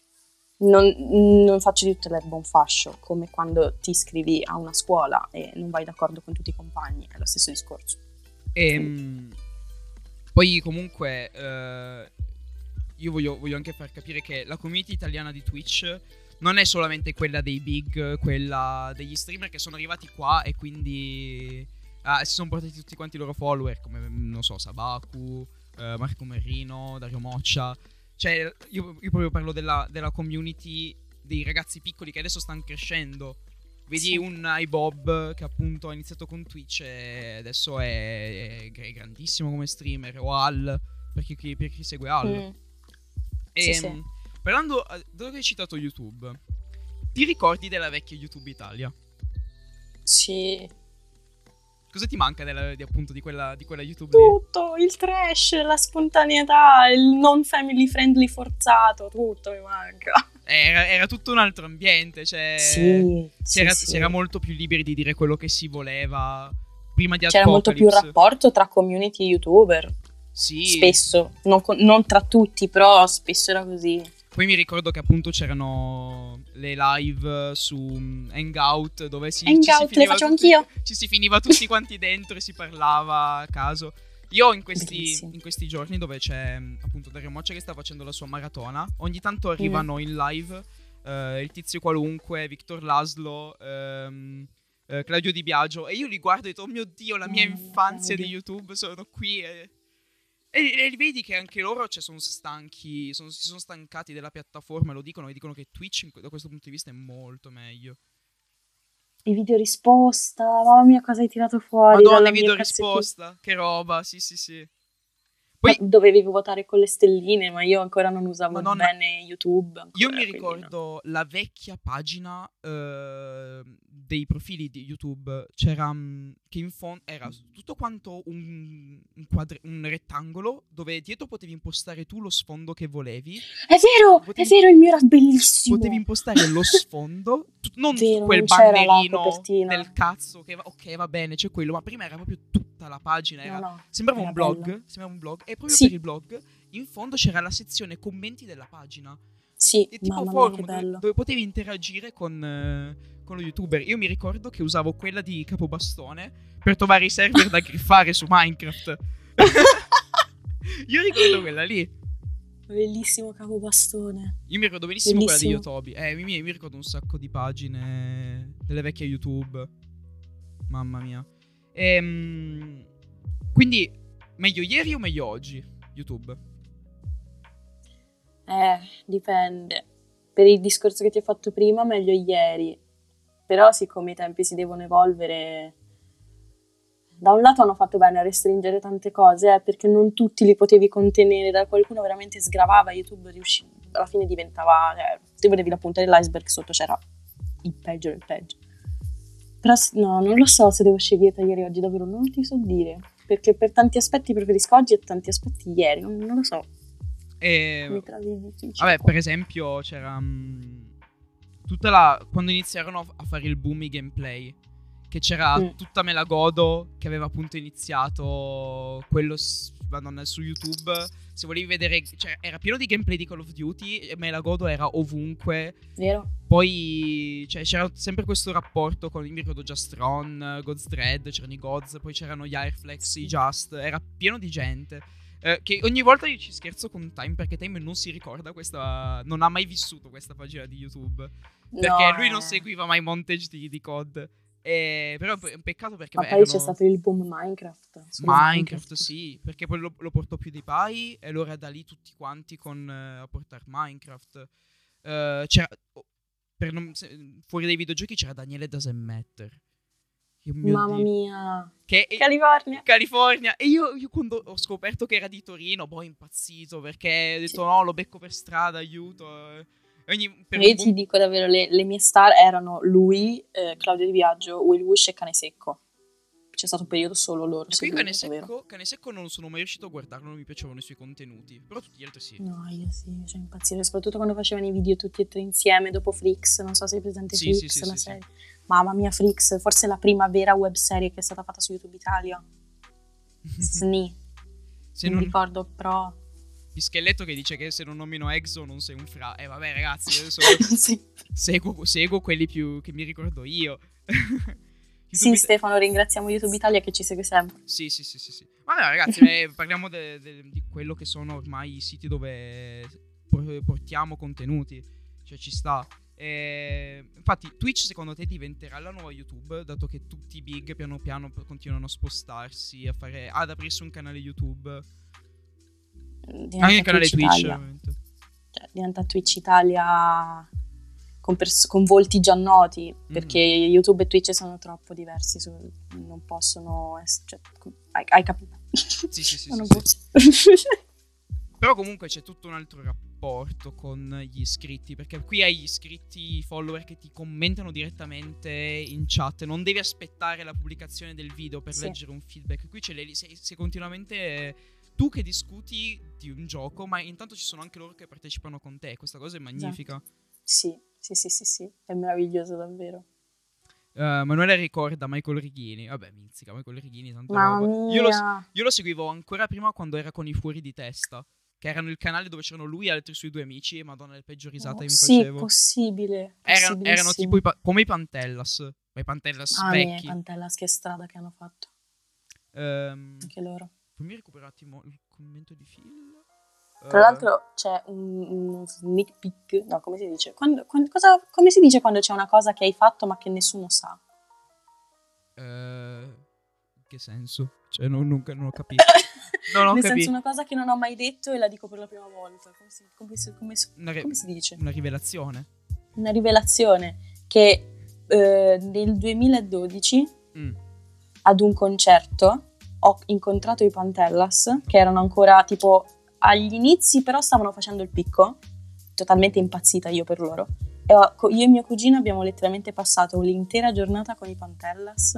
non, non faccio di tutta l'erba un fascio, come quando ti iscrivi a una scuola e non vai d'accordo con tutti i compagni, è lo stesso discorso. E, poi comunque eh, io voglio, voglio anche far capire che la community italiana di Twitch non è solamente quella dei big, quella degli streamer che sono arrivati qua e quindi... Ah, si sono portati tutti quanti i loro follower, come, non so, Sabaku, eh, Marco Merrino, Dario Moccia. Cioè, io, io proprio parlo della, della community dei ragazzi piccoli che adesso stanno crescendo. Vedi sì. un iBob che appunto ha iniziato con Twitch e adesso è, è grandissimo come streamer, o Al, per chi, per chi segue Al. Mm. E, sì, sì. Parlando, dove hai citato YouTube, ti ricordi della vecchia YouTube Italia? Sì. Cosa ti manca della, di, appunto di quella, di quella YouTube tutto, lì? Il trash, la spontaneità, il non family friendly forzato, tutto mi manca. Era, era tutto un altro ambiente, cioè sì, si, era, sì, si era molto più liberi di dire quello che si voleva prima di C'era Apocalypse. molto più rapporto tra community youtuber. Sì. Spesso, non, non tra tutti, però spesso era così. Poi mi ricordo che appunto c'erano le live su Hangout dove si, Hangout, ci si le faccio tutti, anch'io. Ci si finiva tutti quanti dentro e si parlava a caso. Io in questi, in questi giorni dove c'è appunto Dario Moccia che sta facendo la sua maratona, ogni tanto arrivano mm. in live eh, il Tizio Qualunque, Victor Laslo, ehm, eh, Claudio Di Biagio, e io li guardo e dico, oh mio Dio, la mia oh, infanzia di YouTube, sono qui e... E, e vedi che anche loro cioè, sono stanchi, sono, si sono stancati della piattaforma, lo dicono, e dicono che Twitch da questo punto di vista è molto meglio. I video risposta, mamma mia cosa hai tirato fuori. Madonna, i video risposta, che roba, sì sì sì. Poi ma dovevi votare con le stelline, ma io ancora non usavo Madonna, bene YouTube. Ancora, io mi ricordo no. la vecchia pagina uh, dei profili di YouTube, c'era um, che in fondo era tutto quanto un, un, quadri- un rettangolo dove dietro potevi impostare tu lo sfondo che volevi. È vero, potevi, è vero, il mio era bellissimo. Potevi impostare lo sfondo, tu, non vero, quel non bannerino del cazzo che va, ok va bene, c'è quello, ma prima era proprio tutta la pagina, era, no, no, sembrava era un blog, bello. sembrava un blog, e proprio sì. per il blog in fondo c'era la sezione commenti della pagina. Sì, e tipo mamma forum mia, che bello. Dove, dove potevi interagire con, eh, con lo youtuber. Io mi ricordo che usavo quella di Capobastone per trovare i server da griffare su Minecraft. Io ricordo quella lì. Bellissimo Capobastone. Io mi ricordo benissimo Bellissimo. quella di Yotobi. Eh, mi, mi ricordo un sacco di pagine delle vecchie YouTube. Mamma mia. Ehm, quindi, meglio ieri o meglio oggi? YouTube? Eh, dipende. Per il discorso che ti ho fatto prima, meglio ieri. Però siccome i tempi si devono evolvere, da un lato hanno fatto bene a restringere tante cose, eh, perché non tutti li potevi contenere, da qualcuno veramente sgravava, YouTube riuscì, alla fine diventava, eh, se vedevi la punta dell'iceberg, sotto c'era il peggio del peggio. Però no, non lo so se devo scegliere tra ieri e oggi, davvero non ti so dire, perché per tanti aspetti preferisco oggi e tanti aspetti ieri, non, non lo so. E... Mi trovi difficile. Vabbè, per esempio c'era mh, tutta la... quando iniziarono a fare il boom i gameplay, che c'era Mm. tutta Melagodo che aveva appunto iniziato quello s- madonna, su YouTube. Se volevi vedere, cioè era pieno di gameplay di Call of Duty e Melagodo era ovunque. Vero? Poi cioè, c'era sempre questo rapporto con, mi ricordo, Justron, God's Dread, c'erano i Gods, poi c'erano gli Airflex, i Just, era pieno di gente. Eh, che ogni volta io ci scherzo con Time, perché Time non si ricorda questa, non ha mai vissuto questa pagina di YouTube, perché No, lui non eh. seguiva mai montage di, di C O D. Eh, però è un peccato perché Ma beh, poi erano... c'è stato il boom Minecraft. su Minecraft, sì, perché poi lo, lo portò PewDiePie e allora da lì tutti quanti con eh, a portare Minecraft. Eh, c'era, oh, per non- se- fuori dai videogiochi c'era Daniele Doesn't Matter. Io, mio Mamma Dio. mia. Che California. California. E io, io quando ho scoperto che era di Torino, poi impazzito perché ho detto no, lo becco per strada, aiuto. eh. Ogni, per Io un ti boom- dico davvero, le, le mie star erano lui, eh, Claudio Di Biagio, Will Wush e Cane Secco. C'è stato un periodo solo loro. Ecco, io seguivo, Cane davvero. Secco, Cane Secco non sono mai riuscito a guardarlo, non mi piacevano i suoi contenuti. Però tutti gli altri sì. No, io sì, cioè impazzire, soprattutto quando facevano i video tutti e tre insieme dopo Freaks, non so se hai presente Sì, sì, Freaks, sì, la sì, sì. serie. Mamma mia, Freaks, forse la prima vera web serie che è stata fatta su YouTube Italia. Sni, Se non non... mi ricordo, però... Pischelletto che dice che se non nomino Exo non sei un fra. Eh vabbè ragazzi, io adesso sì. seguo, seguo quelli più che mi ricordo io. Sì, YouTube- Stefano, ringraziamo YouTube Italia che ci segue sempre. Sì, sì, sì, sì, sì. Vabbè ragazzi, eh, parliamo de- de- di quello che sono ormai i siti dove por- portiamo contenuti. Cioè ci sta. Eh, infatti Twitch secondo te diventerà la nuova YouTube, dato che tutti i big piano piano p- continuano a spostarsi, a fare, ad aprirsi un canale YouTube. Diventa Anche il canale Twitch, Italia. ovviamente. Cioè, diventa Twitch Italia con, pers- con volti già noti, perché YouTube e Twitch sono troppo diversi, so- non possono essere... Cioè, hai, hai capito? Sì, sì, sì, Non sì, posso- Però comunque c'è tutto un altro rapporto con gli iscritti, perché qui hai gli iscritti, i follower che ti commentano direttamente in chat, non devi aspettare la pubblicazione del video per Sì. leggere un feedback. Qui c'è le, sei, sei continuamente eh, tu che discuti di un gioco, ma intanto ci sono anche loro che partecipano con te. Questa cosa è magnifica. Sì, sì, sì, sì, sì, è meraviglioso davvero. Uh, Manuele ricorda Michael Righini. Vabbè, mizzica, Michael Righini, tanta Mamma roba. mia. Io lo, io lo seguivo ancora prima quando era con i Fuori di Testa, che erano il canale dove c'erano lui e altri suoi due amici. E madonna, le peggio risate Oh, che mi sì, facevo. possibile. Erano, erano possibilissimo. tipo i pa- come i Pantellas. Ma i Pantellas Ah, mia, vecchi. Pantellas, che strada che hanno fatto, Ehm, anche loro. fammi recuperare un attimo il commento di Phil. Tra Eh, l'altro c'è un, uno sneak peek, no, come si dice? Quando, quando- cosa, come si dice quando c'è una cosa che hai fatto ma che nessuno sa? eh, in che senso? Cioè, non, non- non ho capito. Non ho Nel capito. senso una cosa che non ho mai detto e la dico per la prima volta. Come si, come si- come si- Una, re- come si dice? una rivelazione. Una rivelazione che eh, nel duemiladodici Mm. ad un concerto ho incontrato i Pantellas, che erano ancora tipo agli inizi, però stavano facendo il picco, totalmente impazzita io per loro. E ho- co- io e mio cugino abbiamo letteralmente passato l'intera giornata con i Pantellas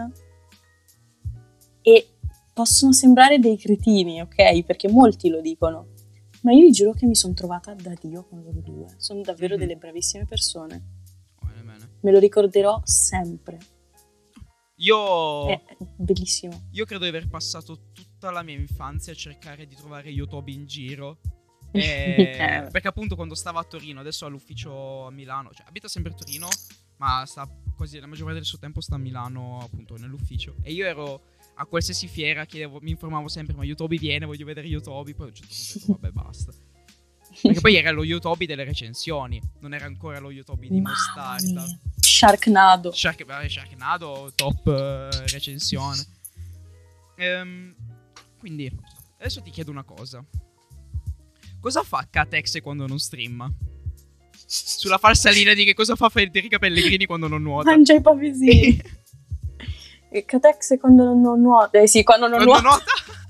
e possono sembrare dei cretini, ok? Perché molti lo dicono, ma io vi giuro che mi sono trovata da Dio con loro due. Sono davvero Mhm. delle bravissime persone. Bene, bene. Me lo ricorderò sempre. Io, È bellissimo. io credo di aver passato tutta la mia infanzia a cercare di trovare Yotobi in giro. Eh, Eh. perché appunto quando stava a Torino, adesso ha l'ufficio a Milano, cioè abita sempre a Torino, ma sta quasi la maggior parte del suo tempo sta a Milano, appunto, nell'ufficio. E io ero a qualsiasi fiera, chiedevo, mi informavo sempre, ma Yotobi viene, voglio vedere Yotobi. Poi a un certo punto ho detto, vabbè, basta. Perché poi era lo Yotobi delle recensioni, non era ancora lo Yotobi di Mamma Mostarda. mia. Sharknado. Shark, vabbè, Sharknado, top eh, recensione. Ehm, quindi, adesso ti chiedo una cosa. Cosa fa Catex quando non streama? Sulla falsa linea di che cosa fa Federica Pellegrini quando non nuota. Mangia i pavesini. E Catex quando non nuota. Eh sì, quando non quando nuota. nuota.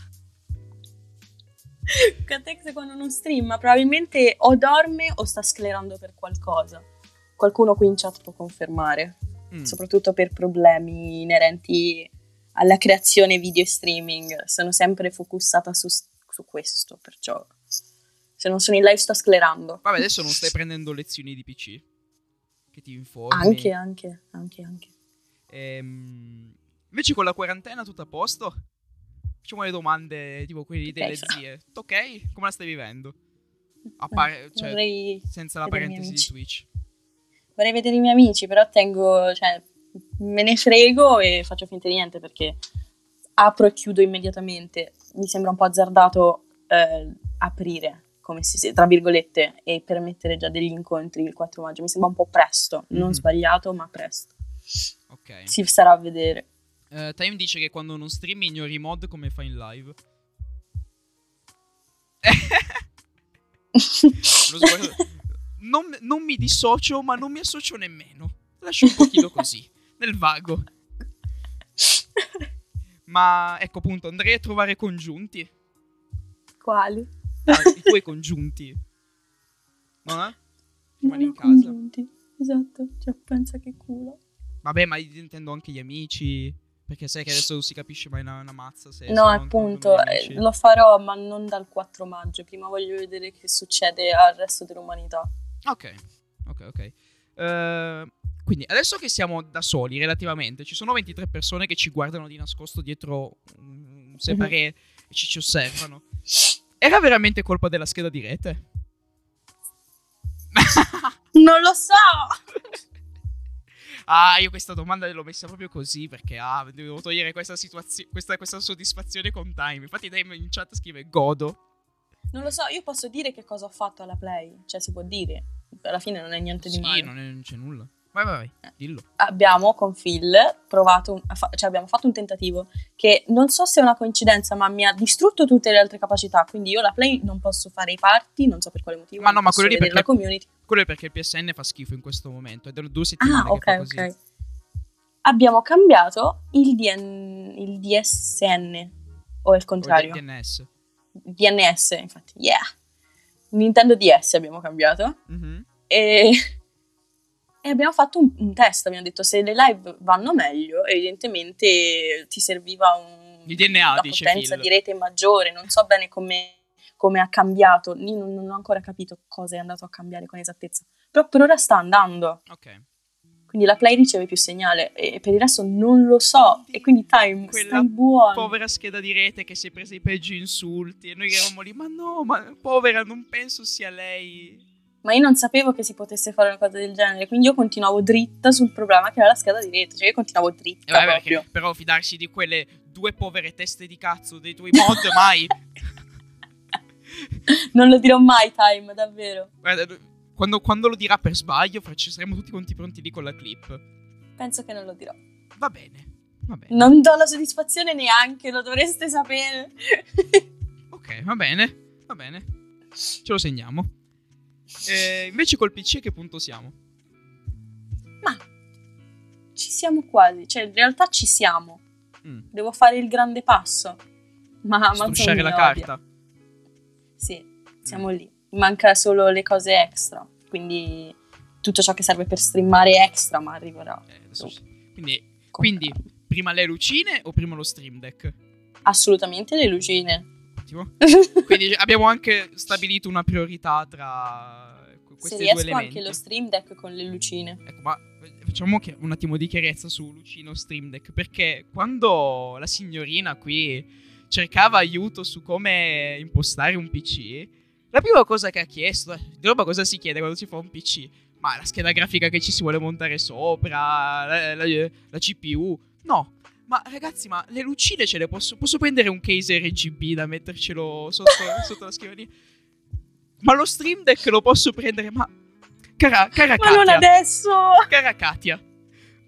Catex quando non streama. Probabilmente o dorme o sta sclerando per qualcosa. Qualcuno qui in chat può confermare. Mm. Soprattutto per problemi inerenti alla creazione video streaming. Sono sempre focussata su, su questo, perciò se non sono in live sto sclerando. Vabbè, adesso non stai prendendo lezioni di P C? Che ti informi? Anche, anche, anche, anche. Ehm, invece con la quarantena tutto a posto? Facciamo le domande tipo quelli okay, delle zie. Tutto ok? Come la stai vivendo? A par- cioè, Vorrei senza la parentesi di Twitch. Vorrei vedere i miei amici, però tengo, cioè, me ne frego e faccio finta di niente perché apro e chiudo immediatamente. Mi sembra un po' azzardato eh, aprire, come si tra virgolette, e permettere già degli incontri il quattro maggio. Mi sembra un po' presto, mm-hmm. non sbagliato, ma presto. Ok. Si starà a vedere. Uh, Time dice che quando non streami ignori i mod come fai in live. non, non mi dissocio, ma non mi associo nemmeno. Lascio un pochino così, nel vago. Ma ecco appunto, andrei a trovare congiunti. Quali? Ah, i tuoi congiunti. No? Eh? Rimani in casa. Congiunti. Esatto, cioè pensa che culo. Vabbè, ma intendo anche gli amici. Perché sai che adesso non si capisce mai una, una mazza se no, appunto, eh, lo farò, ma non dal quattro maggio. Prima voglio vedere che succede al resto dell'umanità. Ok, ok, ok. Uh, quindi, adesso che siamo da soli, relativamente, ci sono ventitré persone che ci guardano di nascosto dietro un separé mm-hmm. e ci, ci osservano. Era veramente colpa della scheda di rete? Non lo so! Ah, io questa domanda l'ho messa proprio così perché ah, devo togliere questa situazione, questa, questa soddisfazione con Time. Infatti Time in chat scrive godo. Non lo so, io posso dire che cosa ho fatto alla play. Cioè si può dire. Alla fine non è niente sì, di male. Sì, non, non c'è nulla. Vai, vai, vai, eh. dillo. Abbiamo con Phil provato, un, cioè abbiamo fatto un tentativo che non so se è una coincidenza, ma mi ha distrutto tutte le altre capacità. Quindi io la play non posso fare i party, non so per quale motivo. Ma no, ma quello lì perché la community. Quello è perché il P S N fa schifo in questo momento. Ed è due settimane ah, che okay, fa così. ok. Abbiamo cambiato il, D N, il D S N o il contrario? O il D N S. D N S, infatti, yeah. Nintendo D S abbiamo cambiato. Mm-hmm. E, e abbiamo fatto un, un test. Abbiamo detto se le live vanno meglio, evidentemente ti serviva un, il D N A, una dice potenza Phil. di rete maggiore. Non so bene come, come ha cambiato. Io non, non ho ancora capito cosa è andato a cambiare con esattezza. Però per ora sta andando. Ok. Quindi la play riceve più segnale e per il resto non lo so. E quindi Time, quella stai buono. Povera scheda di rete che si è presa i peggio insulti e noi eravamo lì, ma no, ma povera, non penso sia lei. Ma io non sapevo che si potesse fare una cosa del genere, quindi io continuavo dritta sul problema che era la scheda di rete. Cioè io continuavo dritta eh, vabbè, proprio. Perché, però fidarsi di quelle due povere teste di cazzo dei tuoi mod mai. Non lo dirò mai, Time, davvero. Guarda, Quando, quando lo dirà per sbaglio, ci saremo tutti quanti pronti lì con la clip. Penso che non lo dirò. Va bene, va bene. Non do la soddisfazione neanche, lo dovreste sapere. Ok, va bene, va bene. Ce lo segniamo. Eh, invece col P C a che punto siamo? Ma ci siamo quasi, cioè in realtà ci siamo. Mm. Devo fare il grande passo. Ma strusciare la carta. Sì, siamo mm. lì. Manca solo le cose extra, quindi tutto ciò che serve per streamare extra, ma arriverà. Eh, adesso quindi, quindi prima le lucine o prima lo Stream Deck? Assolutamente le lucine. Ottimo. Quindi abbiamo anche stabilito una priorità tra questi due elementi. Se riesco anche lo Stream Deck con le lucine. Ecco, ma facciamo un attimo di chiarezza su lucine o Stream Deck, perché quando la signorina qui cercava aiuto su come impostare un P C, la prima cosa che ha chiesto, di roba cosa si chiede quando si fa un P C? Ma la scheda grafica che ci si vuole montare sopra, la, la, la C P U? No, ma ragazzi, ma le lucine ce le posso... Posso prendere un case R G B da mettercelo sotto, sotto la scrivania? Ma lo Stream Deck lo posso prendere, ma... Cara, cara ma Katia... non adesso! Cara Katia,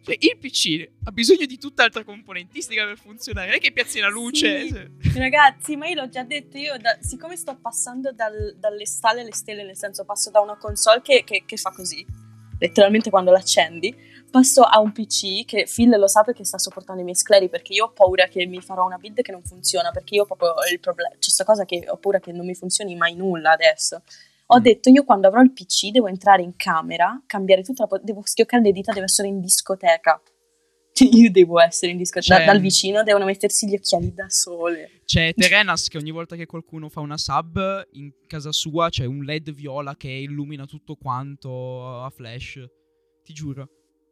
Cioè, il P C ha bisogno di tutt'altra componentistica per funzionare. Non è che piazzi la luce. Sì, ragazzi, ma io l'ho già detto. Io, da, siccome sto passando dal, dalle stalle alle stelle, nel senso, passo da una console che, che, che fa così, letteralmente quando l'accendi, passo a un P C che Phil lo sa perché sta sopportando i miei scleri, perché io ho paura che mi farò una build che non funziona, perché io ho proprio il problema. C'è questa cosa che ho paura che non mi funzioni mai nulla adesso. Ho detto, io quando avrò il P C devo entrare in camera, cambiare tutta la... Po- devo schioccare le dita, devo essere in discoteca. Io devo essere in discoteca. Da, dal vicino devono mettersi gli occhiali da sole. C'è Terenas che ogni volta che qualcuno fa una sub, in casa sua c'è un L E D viola che illumina tutto quanto a flash. Ti giuro.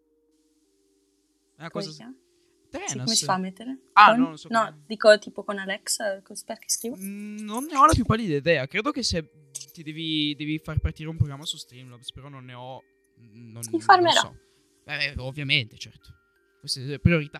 È una cosa... Terenas. Sì, come si fa a mettere? Ah, con... no, non so No, come... dico tipo con Alexa, perché scrivo? Mm, non ne ho la più pallida idea. Credo che se ti devi, devi far partire un programma su Streamlabs, però non ne ho... Non, Mi farmerò. non so. Eh, ovviamente, certo. Queste priorità.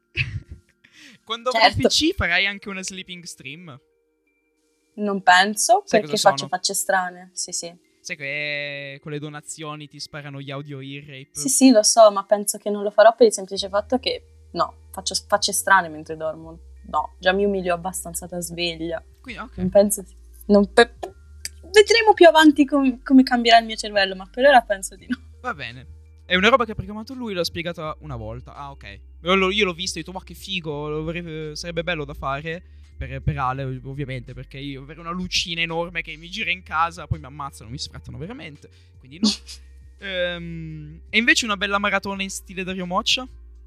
Quando certo. avrai il P C farai anche una sleeping stream? Non penso, Sai perché cosa faccio sono? facce strane. Sì, sì. Sai che con le donazioni ti sparano gli audio ear-rape? Sì, sì, lo so, ma penso che non lo farò per il semplice fatto che, no, faccio facce strane mentre dormo. No, già mi umilio abbastanza da sveglia. Quindi, ok. Non penso... Non pe- Vedremo più avanti com- come cambierà il mio cervello, ma per ora penso di no. Va bene. È una roba che ha programmato lui, l'ho spiegata una volta. Ah, ok. Io l'ho, io l'ho visto e ho detto, ma che figo, lo vorrei- sarebbe bello da fare. Per, per Ale, ovviamente, perché io avere una lucina enorme che mi gira in casa, poi mi ammazzano, mi sfrattano veramente. Quindi no. ehm, e invece una bella maratona in stile Dario Moccia.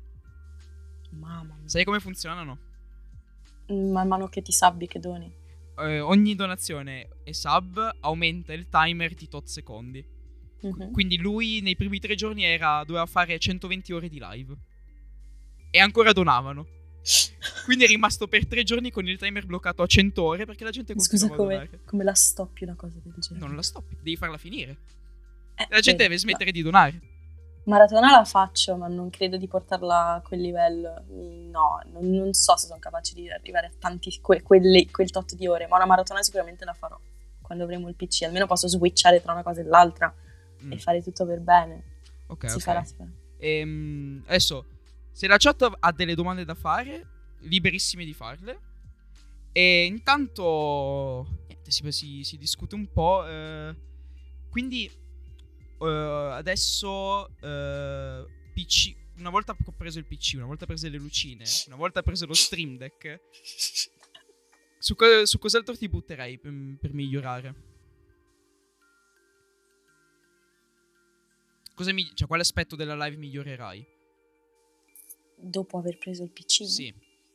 Mamma mia. Sai come funzionano? Man mano che ti sabbi che doni. Eh, ogni donazione e sub aumenta il timer di tot secondi. Mm-hmm. Quindi lui nei primi tre giorni era, doveva fare centoventi ore di live. E ancora donavano. Quindi è rimasto per tre giorni con il timer bloccato a cento ore perché la gente Scusa, continuava a come, donare. come la stoppi una cosa del genere? Non la stoppi, devi farla finire. Eh, La gente eh, deve smettere di donare. Maratona la faccio, ma non credo di portarla a quel livello. No, non, non so se sono capace di arrivare a tanti que, quelle, quel tot di ore, ma una maratona sicuramente la farò quando avremo il P C. Almeno posso switchare tra una cosa e l'altra mm. e fare tutto per bene. Ok, si ok. farà, si farà. Ehm, adesso, se la chat ha delle domande da fare, liberissimi di farle. E intanto niente, si, si, si discute un po'. Eh, quindi Uh, adesso uh, P C. Una volta ho preso il P C, una volta prese le lucine, una volta preso lo Stream Deck. Su, co- su cos'altro ti butterei per, per migliorare? Cosa mi- cioè, quale aspetto della live migliorerai? Dopo aver preso il P C? Sì.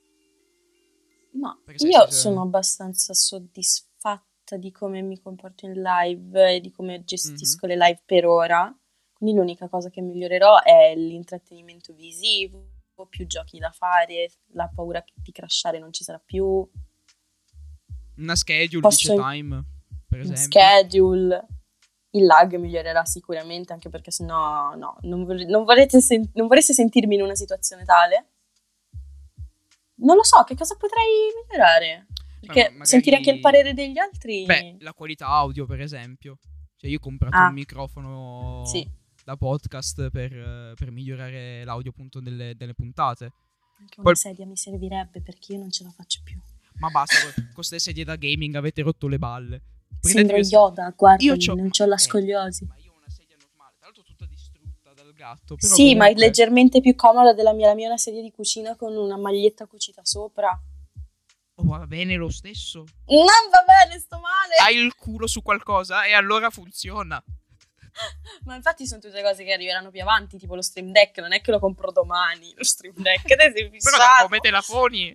No, Perché io se- sono abbastanza soddisfatta di come mi comporto in live e di come gestisco mm-hmm. le live per ora. Quindi l'unica cosa che migliorerò è l'intrattenimento visivo, più giochi da fare, la paura di crashare non ci sarà più. Una schedule, Posso... dice Time, per esempio. Una schedule. Il lag migliorerà sicuramente, anche perché sennò no, non, vor- non, vorrete sen- non vorreste sentirmi in una situazione tale. Non lo so, che cosa potrei migliorare? Perché magari... sentire anche il parere degli altri... Beh, la qualità audio, per esempio. Cioè, io ho comprato ah. un microfono sì. da podcast per, per migliorare l'audio appunto delle, delle puntate. Anche una Poi... sedia mi servirebbe, perché io non ce la faccio più. Ma basta, con queste sedie da gaming avete rotto le balle. Sembra Yoda, guarda, io c'ho... non c'ho la scoliosi. Eh, ma io ho una sedia normale, tra l'altro tutta distrutta dal gatto. Però sì, comunque... ma è leggermente più comoda della mia. La mia è una sedia di cucina con una maglietta cucita sopra. Oh, va bene lo stesso. Non va bene, sto male. Hai il culo su qualcosa e allora funziona. Ma infatti sono tutte cose che arriveranno più avanti, tipo lo Stream Deck. Non è che lo compro domani, lo Stream Deck. Te sei fissato. Però da come te la poni?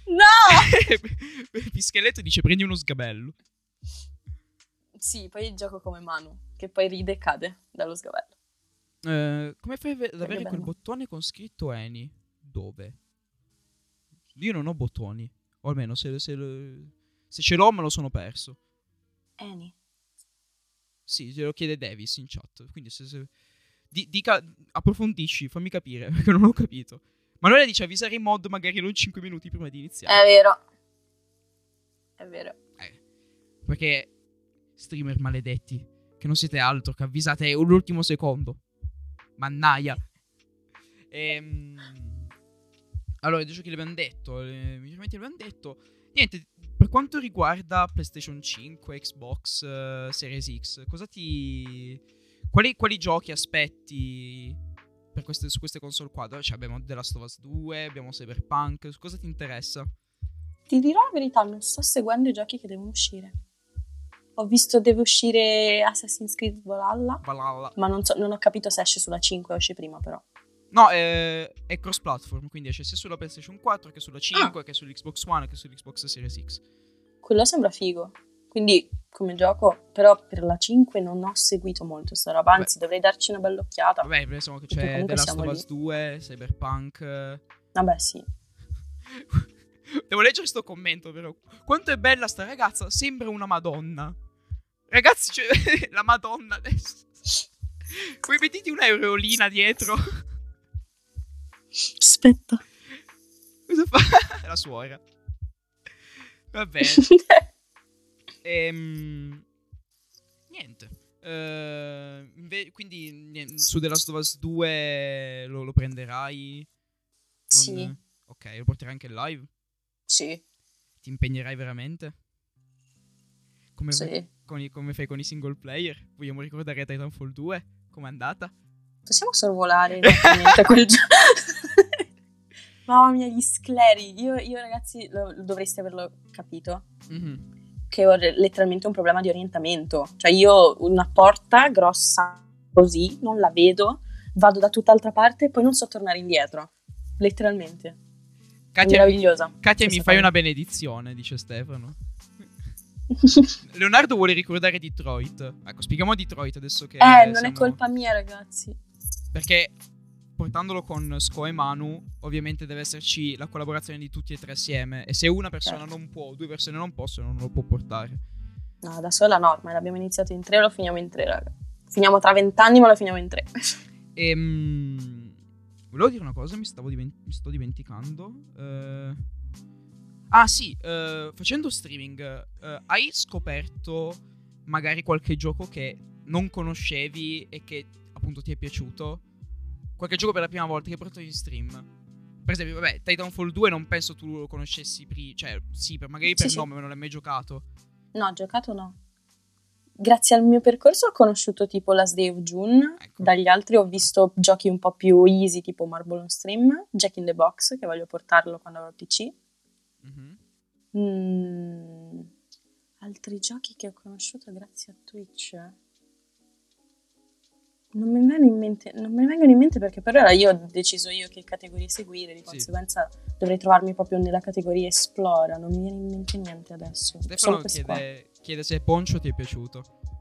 No! Pischeletto dice prendi uno sgabello. Sì, poi gioco come Manu, che poi ride e cade dallo sgabello. Eh, come fai ad avere quel bottone con scritto Eni? Dove? Io non ho bottoni. O almeno se, se, se ce l'ho me lo sono perso. Eni? Sì, ce lo chiede Davis in chat. Quindi se, se di, dica, approfondisci, fammi capire, perché non ho capito. Manuela dice avvisare in mod magari non cinque minuti prima di iniziare. È vero. È vero. Eh, perché streamer maledetti, che non siete altro che avvisate l'ultimo secondo. Mannaia. Ehm, allora, i giochi li abbiamo detto, eh, i giochi li abbiamo detto. Niente, per quanto riguarda PlayStation cinque, Xbox, uh, Series X, cosa ti... Quali, quali giochi aspetti per queste, su queste console qua? Cioè, abbiamo The Last of Us due, abbiamo Cyberpunk, su cosa ti interessa? Ti dirò la verità, non sto seguendo i giochi che devono uscire. Ho visto deve uscire Assassin's Creed Valhalla, Valhalla. ma non, so, non ho capito se esce sulla cinque o esce prima però. No, è, è cross-platform, quindi esce sia sulla PlayStation quattro che sulla cinque, ah. che sull'Xbox One che sull'Xbox Series X. Quello sembra figo. Quindi, come gioco, però per la cinque non ho seguito molto sta roba, anzi Vabbè. dovrei darci una bella occhiata. Vabbè, pensiamo che c'è The Last of Us due, Cyberpunk. Vabbè, sì. Devo leggere sto commento, però. Quanto è bella sta ragazza, sembra una madonna. Ragazzi, cioè, la madonna adesso. Poi mettiti un'aureolina dietro. Aspetta. Cosa fa? La suora. Va bene. ehm, niente. Uh, inve- quindi niente, su The Last of Us due lo, lo prenderai? Non... Sì. Ok, lo porterai anche in live? Sì. Ti impegnerai veramente? Come, sì. fai, con i, come fai con i single player? Vogliamo ricordare Titanfall due? Com'è andata? Possiamo sorvolare esattamente quel gioco. Mamma mia, gli scleri. Io, io ragazzi, lo, lo dovreste averlo capito. Mm-hmm. Che ho letteralmente un problema di orientamento. Cioè io una porta grossa così, non la vedo, vado da tutt'altra parte e poi non so tornare indietro. Letteralmente. Katia, meravigliosa. Katia, mi fai cosa. Una benedizione, dice Stefano. Leonardo vuole ricordare Detroit. Ecco, spieghiamo Detroit adesso che... Eh, non siamo... è colpa mia, ragazzi. Perché portandolo con Sko e Manu, ovviamente deve esserci la collaborazione di tutti e tre assieme. E se una persona certo. non può, due persone non possono, non lo può portare. No, da sola no, ma l'abbiamo iniziato in tre, lo finiamo in tre, raga. Finiamo tra vent'anni, ma lo finiamo in tre. Ehm... Volevo dire una cosa, mi, stavo divent- mi sto dimenticando. Uh... Ah sì, uh, facendo streaming, uh, hai scoperto magari qualche gioco che non conoscevi e che appunto ti è piaciuto? Qualche gioco per la prima volta che hai portato in stream? Per esempio, vabbè, Titanfall due non penso tu lo conoscessi prima. Cioè, sì, per, magari per sì, nome, sì. ma non l'hai mai giocato. No, giocato no. Grazie al mio percorso ho conosciuto tipo Last Day of June, ecco. Dagli altri ho visto giochi un po' più easy tipo Marble on Stream, Jack in the Box, che voglio portarlo quando avrò P C. Mm-hmm. Mm, altri giochi che ho conosciuto grazie a Twitch? Non mi vengono in mente, non me ne vengono in mente perché per ora io ho deciso io che categorie seguire, di conseguenza sì. dovrei trovarmi proprio nella categoria esplora, non mi viene in mente niente adesso. Stefano chiede, chiede se Poncio ti è piaciuto.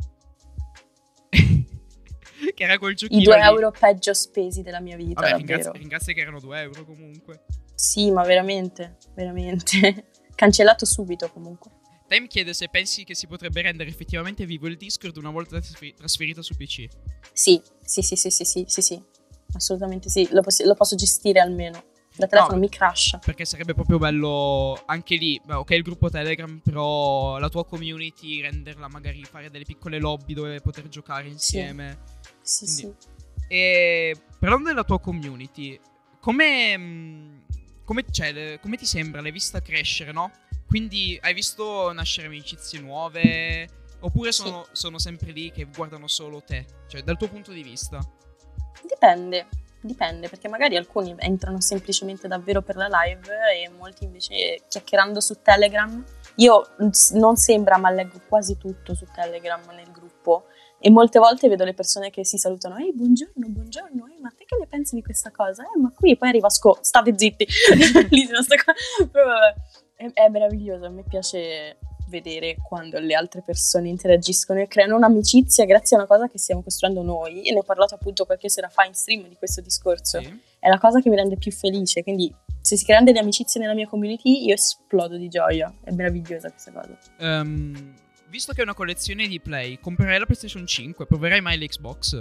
Che era quel giochino I due lì. euro peggio spesi della mia vita, vabbè, davvero. ringrazia, ringrazia che erano due euro comunque. Sì, ma veramente, veramente. Cancellato subito comunque. Time chiede se pensi che si potrebbe rendere effettivamente vivo il Discord una volta trasferito su P C. Sì, sì, sì, sì, sì, sì, sì, sì. Assolutamente sì, lo, poss- lo posso gestire almeno. Da telefono no, mi crasha. Perché sarebbe proprio bello anche lì, beh, ok il gruppo Telegram, però la tua community renderla, magari fare delle piccole lobby dove poter giocare insieme. Sì, sì, Quindi, sì. E parlando della tua community, come, come, cioè, come ti sembra? L'hai vista crescere, no? Quindi hai visto nascere amicizie nuove? Oppure sono, sì. sono sempre lì che guardano solo te? Cioè, dal tuo punto di vista? Dipende, dipende, perché magari alcuni entrano semplicemente davvero per la live e molti invece chiacchierando su Telegram. Io non sembra, ma leggo quasi tutto su Telegram nel gruppo e molte volte vedo le persone che si salutano: ehi, buongiorno, buongiorno, ehi, ma te che ne pensi di questa cosa? Eh, ma qui poi arriva Sco, state zitti. Bellissima sta cosa. Però vabbè. È, è meraviglioso, a me piace vedere quando le altre persone interagiscono e creano un'amicizia grazie a una cosa che stiamo costruendo noi, e ne ho parlato appunto qualche sera fa in stream di questo discorso. Sì. È la cosa che mi rende più felice, quindi se si creano delle amicizie nella mia community io esplodo di gioia, è meravigliosa questa cosa. Um, visto che è una collezione di play, comprerai la PlayStation cinque, proverai mai l'Xbox?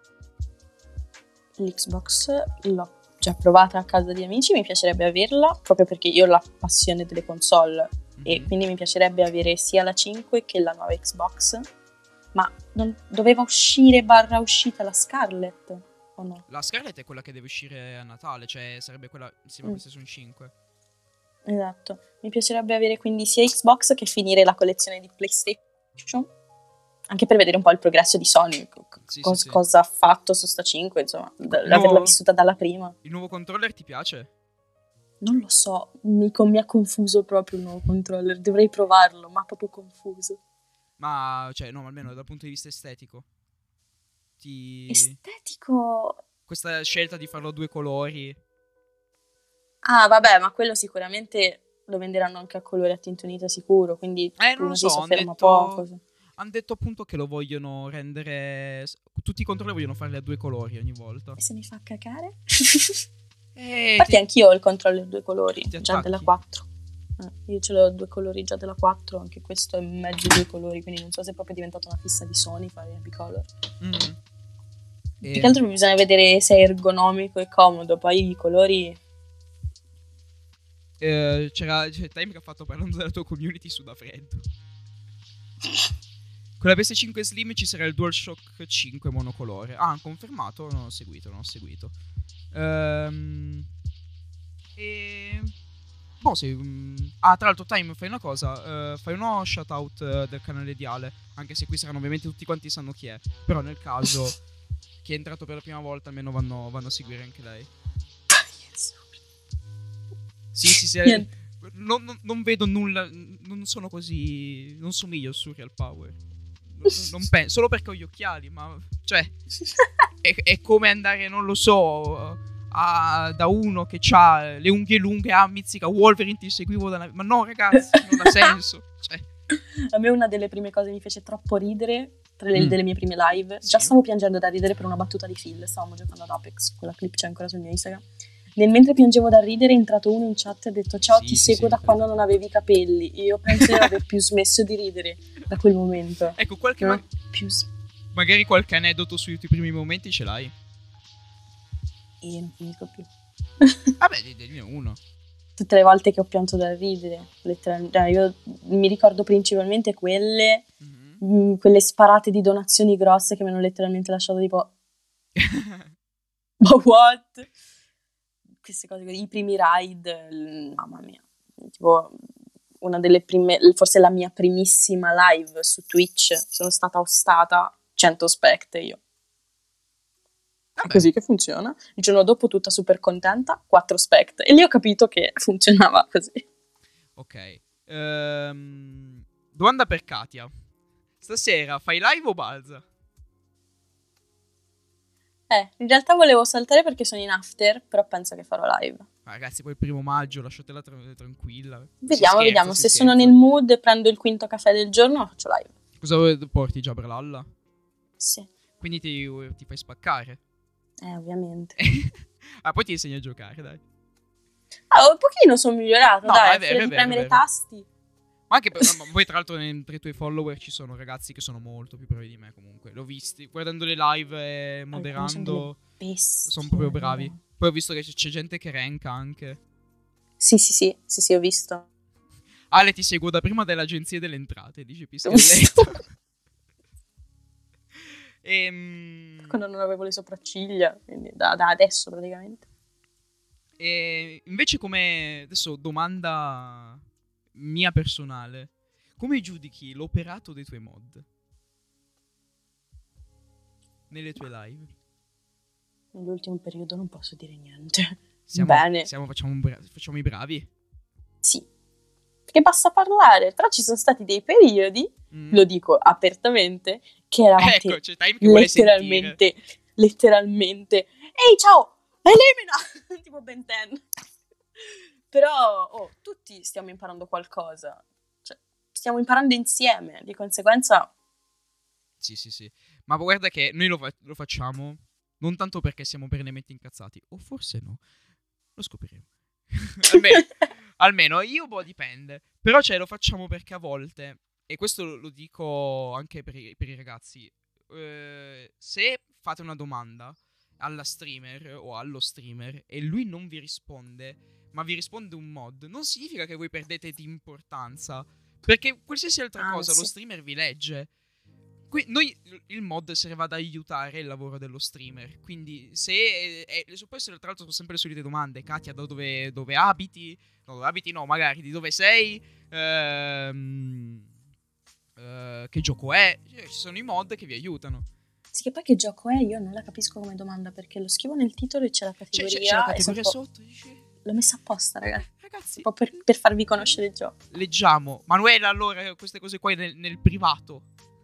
L'Xbox l'ho già provata a casa di amici, mi piacerebbe averla proprio perché io ho la passione delle console, mm-hmm. e quindi mi piacerebbe avere sia la cinque che la nuova Xbox, ma non doveva uscire barra uscita la Scarlett. o no? La Scarlet è quella che deve uscire a Natale, cioè sarebbe quella insieme a Mm. PlayStation cinque. Esatto. Mi piacerebbe avere quindi sia Xbox che finire la collezione di PlayStation, anche per vedere un po' il progresso di Sony, co- Sì, cos- sì, sì. cosa ha fatto su sta cinque, insomma, d- Il averla nuovo- vissuta dalla prima. Il nuovo controller ti piace? Non lo so, mi, con- mi ha confuso proprio il nuovo controller, dovrei provarlo, ma proprio confuso. Ma, cioè, no, almeno dal punto di vista estetico. Ti... Estetico... Questa scelta di farlo a due colori. Ah, vabbè, ma quello sicuramente lo venderanno anche a colore a tinta unita sicuro, quindi Eh, non uno lo si so, hanno sofferma detto... poco. sì. Hanno detto appunto che lo vogliono rendere... Tutti i controller vogliono farli a due colori ogni volta. E se mi fa cacare? Eh, Infatti ti- anch'io ho il controller due colori, Ti già attacchi. della quattro. Eh, io ce l'ho due colori già della quattro, anche questo è mezzo due colori, quindi non so se è proprio diventata una fissa di Sony fare il bicolor. Mm. Più E- che altro bisogna vedere se è ergonomico e comodo, poi i colori... eh, c'era, c'è Time che ha fatto parlando della tua community su da freddo. Con la P S cinque Slim ci sarà il DualShock cinque monocolore. Ah, confermato? Non ho seguito, non ho seguito. Ehm... E... Boh, sì. mm, Ah, tra l'altro, Time, fai una cosa. eh, fai uno shoutout eh, del canale di Ale. Anche se qui saranno ovviamente tutti quanti sanno chi è. Però nel caso chi è entrato per la prima volta, almeno vanno, vanno a seguire anche lei. Sì, sì, sì. Niente. Non, non- non vedo nulla. Non sono così. Non somiglio a Surreal Power. Non, non penso. Solo perché ho gli occhiali, ma. Cioè. È, è come andare, non lo so. a- da uno che ha le unghie lunghe. Ah, mizzica Wolverine, ti seguivo da una. Ma no, ragazzi, non ha senso. Cioè. A me una delle prime cose che mi fece troppo ridere, tra le Mm. delle mie prime live, Sì. già stavo piangendo da ridere per una battuta di Phil, stavamo giocando ad Apex, quella clip c'è ancora sul mio Instagram. Nel mentre piangevo da ridere è entrato uno in chat e ha detto ciao, Sì, ti sì, seguo sì, da infatti. quando non avevi i capelli. Io penso di non aver più smesso di ridere da quel momento. Ecco, qualche Non ma- ho più s- magari qualche aneddoto sui tuoi primi momenti ce l'hai. Io non finisco più. Vabbè, di- digliene uno. Tutte le volte che ho pianto da ridere, letteralmente, cioè, io mi ricordo principalmente quelle, Mhm. mh, quelle sparate di donazioni grosse che mi hanno letteralmente lasciato tipo ma what? Queste cose, i primi ride, l- mamma mia, tipo una delle prime, forse la mia primissima live su Twitch, sono stata ostata cento spect io. È Vabbè. così che funziona. Il giorno dopo tutta super contenta, quattro spect. E lì ho capito che funzionava così. Ok. Ehm, domanda per Katia. Stasera fai live o balza? Eh, in realtà volevo saltare perché sono in after, però penso che farò live. Ma ragazzi, poi il primo maggio, lasciatela tra- tranquilla. Si Vediamo, scherza, vediamo. si Se scherza. sono nel mood e prendo il quinto caffè del giorno, faccio live. Cosa vuoi- porti già per l'alla? Sì, Quindi ti, ti fai spaccare. eh, ovviamente. Ah, poi ti insegno a giocare, dai. Ah, un pochino sono migliorato, No, dai, è vero, fino è di vero, premere è i vero. tasti. Ma anche per, ma poi tra l'altro nei- tra i tuoi follower ci sono ragazzi che sono molto più bravi di me comunque. L'ho visti guardando le live e moderando. Bestie, Sono proprio vero. bravi. Poi ho visto che c- c'è gente che ranka anche. Sì, sì, sì, sì, sì, ho visto. Ale, ti seguo da prima dell'agenzia delle entrate, dice Ho visto. Pischelletto. Ehm, Quando non avevo le sopracciglia, quindi da, da adesso praticamente. E invece come adesso domanda mia personale, come giudichi l'operato dei tuoi mod nelle tue live? Nell'ultimo periodo non posso dire niente. Siamo, Bene. siamo- facciamo, un bra- facciamo i bravi? Sì. Perché basta parlare, però ci sono stati dei periodi, Mm. lo dico apertamente, che eravate Ecco, c'è Time che vuole sentire. letteralmente, letteralmente, ehi ciao, elimina, tipo Ben ten. Però, oh, tutti stiamo imparando qualcosa, cioè, stiamo imparando insieme, di conseguenza, Sì, sì, sì. Ma guarda che noi lo, fa- lo facciamo non tanto perché siamo perennemente incazzati, o forse no. Lo scopriremo. almeno, almeno io, boh, dipende. Però, cioè, lo facciamo perché a volte, e questo lo, lo dico anche per i, per i ragazzi, eh, se fate una domanda alla streamer o allo streamer e lui non vi risponde, ma vi risponde un mod, non significa che voi perdete di importanza, perché qualsiasi altra cosa lo Anzi. streamer vi legge. qui, noi il mod serve ad aiutare il lavoro dello streamer. Quindi se eh, eh, poi tra l'altro sono sempre le solite domande. Katia, da dove, dove abiti? No, dove abiti no, magari di dove sei? Ehm, eh, che gioco è? Ci sono i mod che vi aiutano. Sì, che poi che gioco è? Io non la capisco come domanda, perché lo scrivo nel titolo e c'è la categoria. C'è, c'è, c'è la categoria sotto. Dice... L'ho messa apposta, ragazzi. Ragazzi, un po' per, per farvi conoscere il gioco. Leggiamo. Manuela, allora, queste cose qua nel, nel privato.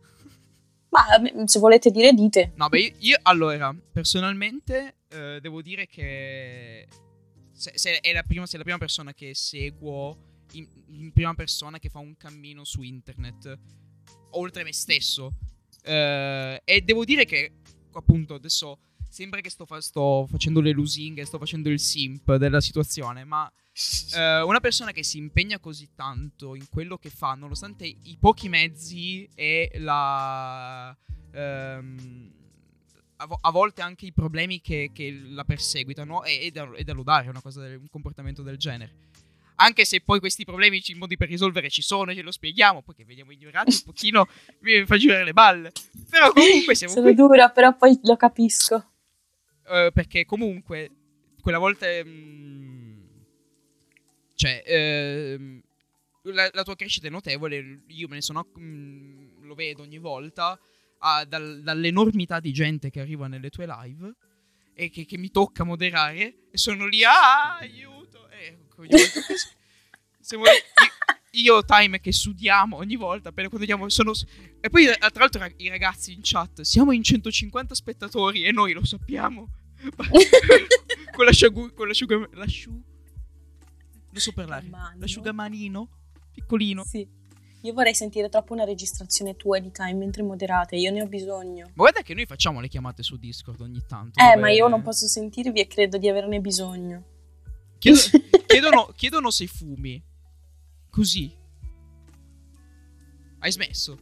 Ma se volete dire, dite. No, beh, io, io allora, personalmente, eh, devo dire che se, se, è la prima, se è la prima persona che seguo in, in prima persona che fa un cammino su internet, oltre me stesso. Eh, e devo dire che, appunto, adesso sembra che sto, fa- sto facendo le lusinghe, sto facendo il simp della situazione, ma eh, una persona che si impegna così tanto in quello che fa, nonostante i pochi mezzi e la ehm, a, vo- a volte anche i problemi che, che la perseguitano, è, è, da, è da lodare una cosa del, un comportamento del genere. Anche se poi questi problemi, i modi per risolvere ci sono e ce lo spieghiamo, poi che veniamo ignorati un pochino mi fa girare le balle. Però comunque siamo sono qui. dura, però poi lo capisco. Uh, perché comunque quella volta mh, cioè uh, la, la tua crescita è notevole. Io me ne sono mh, lo vedo ogni volta uh, dal, dall'enormità di gente che arriva nelle tue live e che, che mi tocca moderare e sono lì ah aiuto e ogni volta siamo lì, io, io Time che sudiamo ogni volta per quando andiamo sono e poi tra l'altro i ragazzi in chat siamo in centocinquanta spettatori e noi lo sappiamo con l'asciuga con l'asciuga l'asciuga non so parlare l'asciugamanino piccolino. Sì, io vorrei sentire troppo una registrazione tua di Time mentre moderate, io ne ho bisogno. Ma guarda che noi facciamo le chiamate su Discord ogni tanto eh dove... ma io non posso sentirvi e credo di averne bisogno. Chiedo, chiedono, chiedono se fumi. Così. Hai smesso?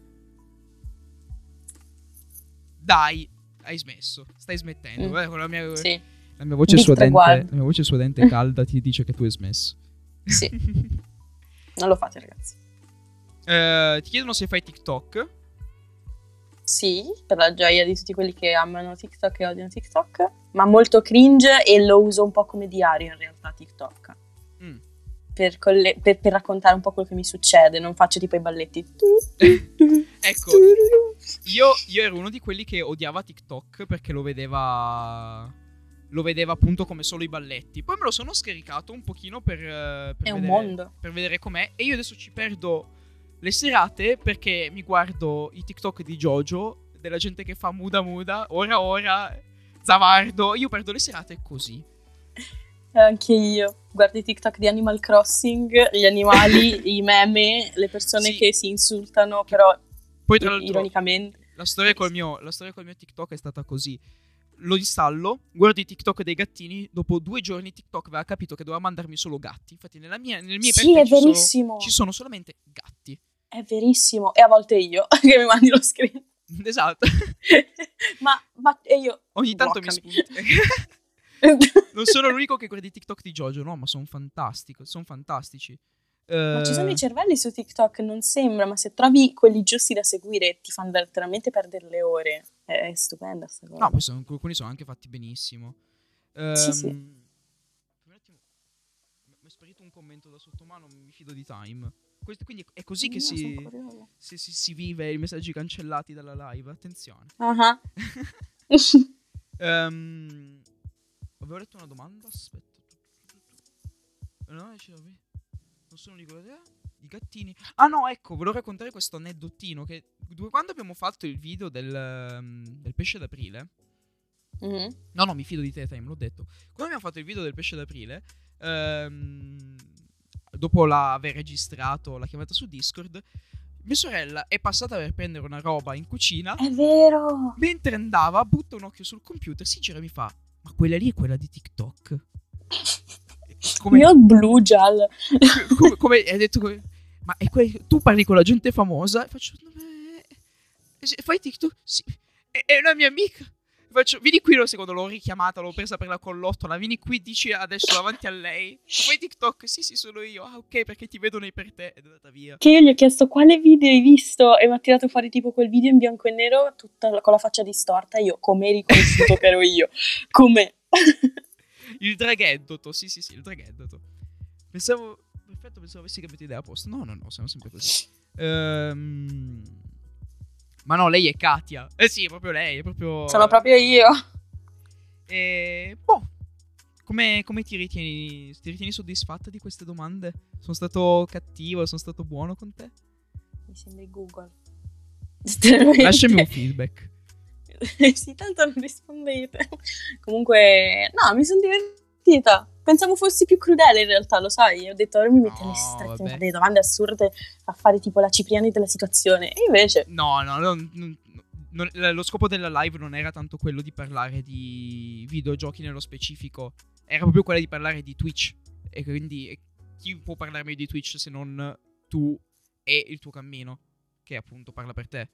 Dai, hai smesso. Stai smettendo. Mm. Eh, con la mia, sì. la mia voce suadente, la mia voce suadente calda ti dice che tu hai smesso. Sì. Non lo fate, ragazzi. Uh, ti chiedono se fai TikTok. Sì, per la gioia di tutti quelli che amano TikTok e odiano TikTok, ma molto cringe e lo uso un po' come diario in realtà TikTok. Mm. Per, colle- per, per raccontare un po' quello che mi succede, non faccio tipo i balletti. Ecco, io, io ero uno di quelli che odiava TikTok perché lo vedeva lo vedeva appunto come solo i balletti. Poi me lo sono scaricato un pochino per, per, È un vedere, mondo. per vedere com'è e io adesso ci perdo le serate perché mi guardo i TikTok di Jojo, della gente che fa muda muda, ora ora, Zavardo. Io perdo le serate così. Anche io. Guardo i TikTok di Animal Crossing, gli animali, i meme, le persone sì. che si insultano, però poi tra l'altro, ironicamente. La storia col mio, la storia col mio TikTok è stata così. Lo installo, guardo i TikTok dei gattini. Dopo due giorni TikTok aveva capito che doveva mandarmi solo gatti. Infatti nella mia, nelle mie sì, è ci verissimo. Sono, ci sono solamente gatti. È verissimo. E a volte io che mi mandi lo screen. Esatto. ma, ma e io ogni tanto bloccami. mi spunta. Non sono l'unico che guarda i TikTok di Jojo. No, ma sono fantastico. Sono fantastici. Ma ci sono i cervelli su TikTok, non sembra, ma se trovi quelli giusti da seguire ti fanno letteralmente perdere le ore. È stupenda sta cosa. No, poi sono, alcuni sono anche fatti benissimo. Um, sì, sì. Un attimo, mi è sparito un commento da sotto mano, mi fido di Time. Questo, quindi è così che no, si, si, si, si vive i messaggi cancellati dalla live. Attenzione. Uh-huh. um, avevo letto una domanda, aspetta. No, ce l'avevi. Non sono di quella i gattini. Ah no, ecco, volevo raccontare questo aneddottino che quando abbiamo fatto il video del, um, del pesce d'aprile. Mm-hmm. No, no, mi fido di te, Time, l'ho detto. Quando abbiamo fatto il video del pesce d'aprile, um, dopo la, aver registrato la chiamata su Discord, mia sorella è passata per prendere una roba in cucina. È vero. Mentre andava, butta un occhio sul computer, si gira e mi fa: ma quella lì è quella di TikTok? Come, io blu giallo come, come hai detto come, ma è que- tu parli con la gente famosa e faccio eh, fai TikTok? Sì, è, è una mia amica Faccio, vieni qui, secondo l'ho richiamata, l'ho presa per la collottola. Vieni qui, dici adesso davanti a lei. Fai TikTok, sì sì sono io. Ah ok, perché ti vedo nei per te. Ed è andata via. Che io gli ho chiesto quale video hai visto e mi ha tirato fuori tipo quel video in bianco e nero tutta la, con la faccia distorta. Io come hai riconosciuto che ero io? Come? Il draghetto, sì sì sì, il draghetto. Pensavo, perfetto, pensavo avessi capito idea a posto. No no no, siamo sempre così. Ehm... Ma no, lei è Katia. Eh sì, è proprio lei, è proprio... Sono proprio io. E... Boh, come, come ti ritieni? Ti ritieni soddisfatta di queste domande? Sono stato cattivo, sono stato buono con te? Mi sembri Google. Lasciami un feedback. Sì, tanto non rispondete. Comunque, no, mi sono divertita. Pensavo fossi più crudele in realtà, lo sai. Ho detto, ora mi metto No, stretti, vabbè. delle domande assurde a fare tipo la Cipriani della situazione. E invece... No, no, non, non, non, lo scopo della live non era tanto quello di parlare di videogiochi nello specifico. Era proprio quello di parlare di Twitch. E quindi chi può parlarmi di Twitch se non tu e il tuo cammino, che appunto parla per te.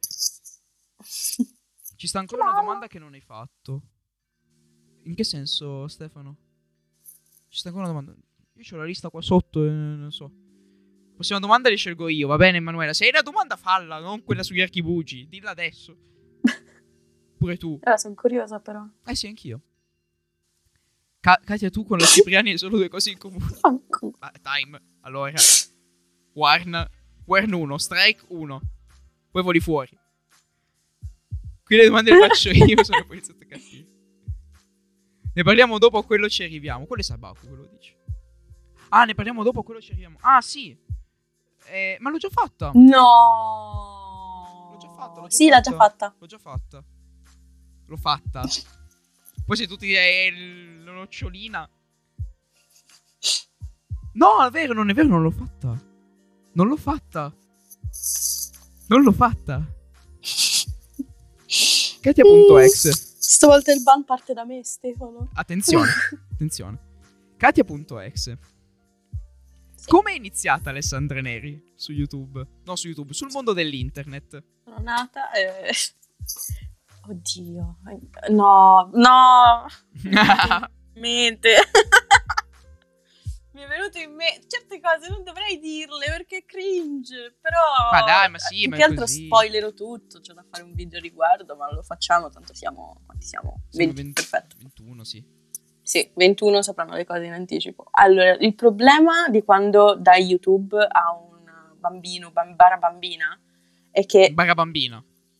Ci sta ancora una domanda che non hai fatto. In che senso, Stefano? Ci sta ancora una domanda. Io c'ho la lista qua sotto e non so. Prossima domanda li scelgo io, va bene Emanuela? Se hai una domanda falla, non quella sugli archibugi. Dilla adesso. Pure tu. Ora sono curiosa però. Eh sì, anch'io. Ka- Katia, tu con la Cipriani hai solo due cose in comune. Ah, time. Allora. Warn. Warn uno. Strike uno. Poi voli fuori. Qui le domande le faccio io, sono poliziotto cattivo. Ne parliamo dopo, a quello ci arriviamo. Quello è Sabaku, quello dici. Ah, ne parliamo dopo, a quello ci arriviamo. Ah, sì. Eh, ma l'ho già fatta. No. L'ho già fatta. L'ho già sì, fatta. l'ha già fatta. L'ho già fatta. L'ho fatta. Poi sei tutti eh, la nocciolina. No, è vero, non è vero, non l'ho fatta. Non l'ho fatta. Non l'ho fatta. Katia.exe. Stavolta il ban parte da me, Stefano. Attenzione, attenzione. Katia.exe. Sì. Come è iniziata Alessandra Neri su YouTube? No, su YouTube, sul mondo dell'internet. Sono nata e... Oddio. No, no. Mente. Mi è venuto in mente certe cose, non dovrei dirle perché è cringe, però... Ma dai, ma sì, più ma che altro così. Spoilerò tutto, c'è da fare un video a riguardo, ma lo facciamo, tanto siamo... Quanti siamo? Siamo venti, venti, perfetto. ventuno, sì. Sì, ventuno sapranno le cose in anticipo. Allora, il problema di quando dai YouTube a un bambino, bara bambina, è che... Bara bambina.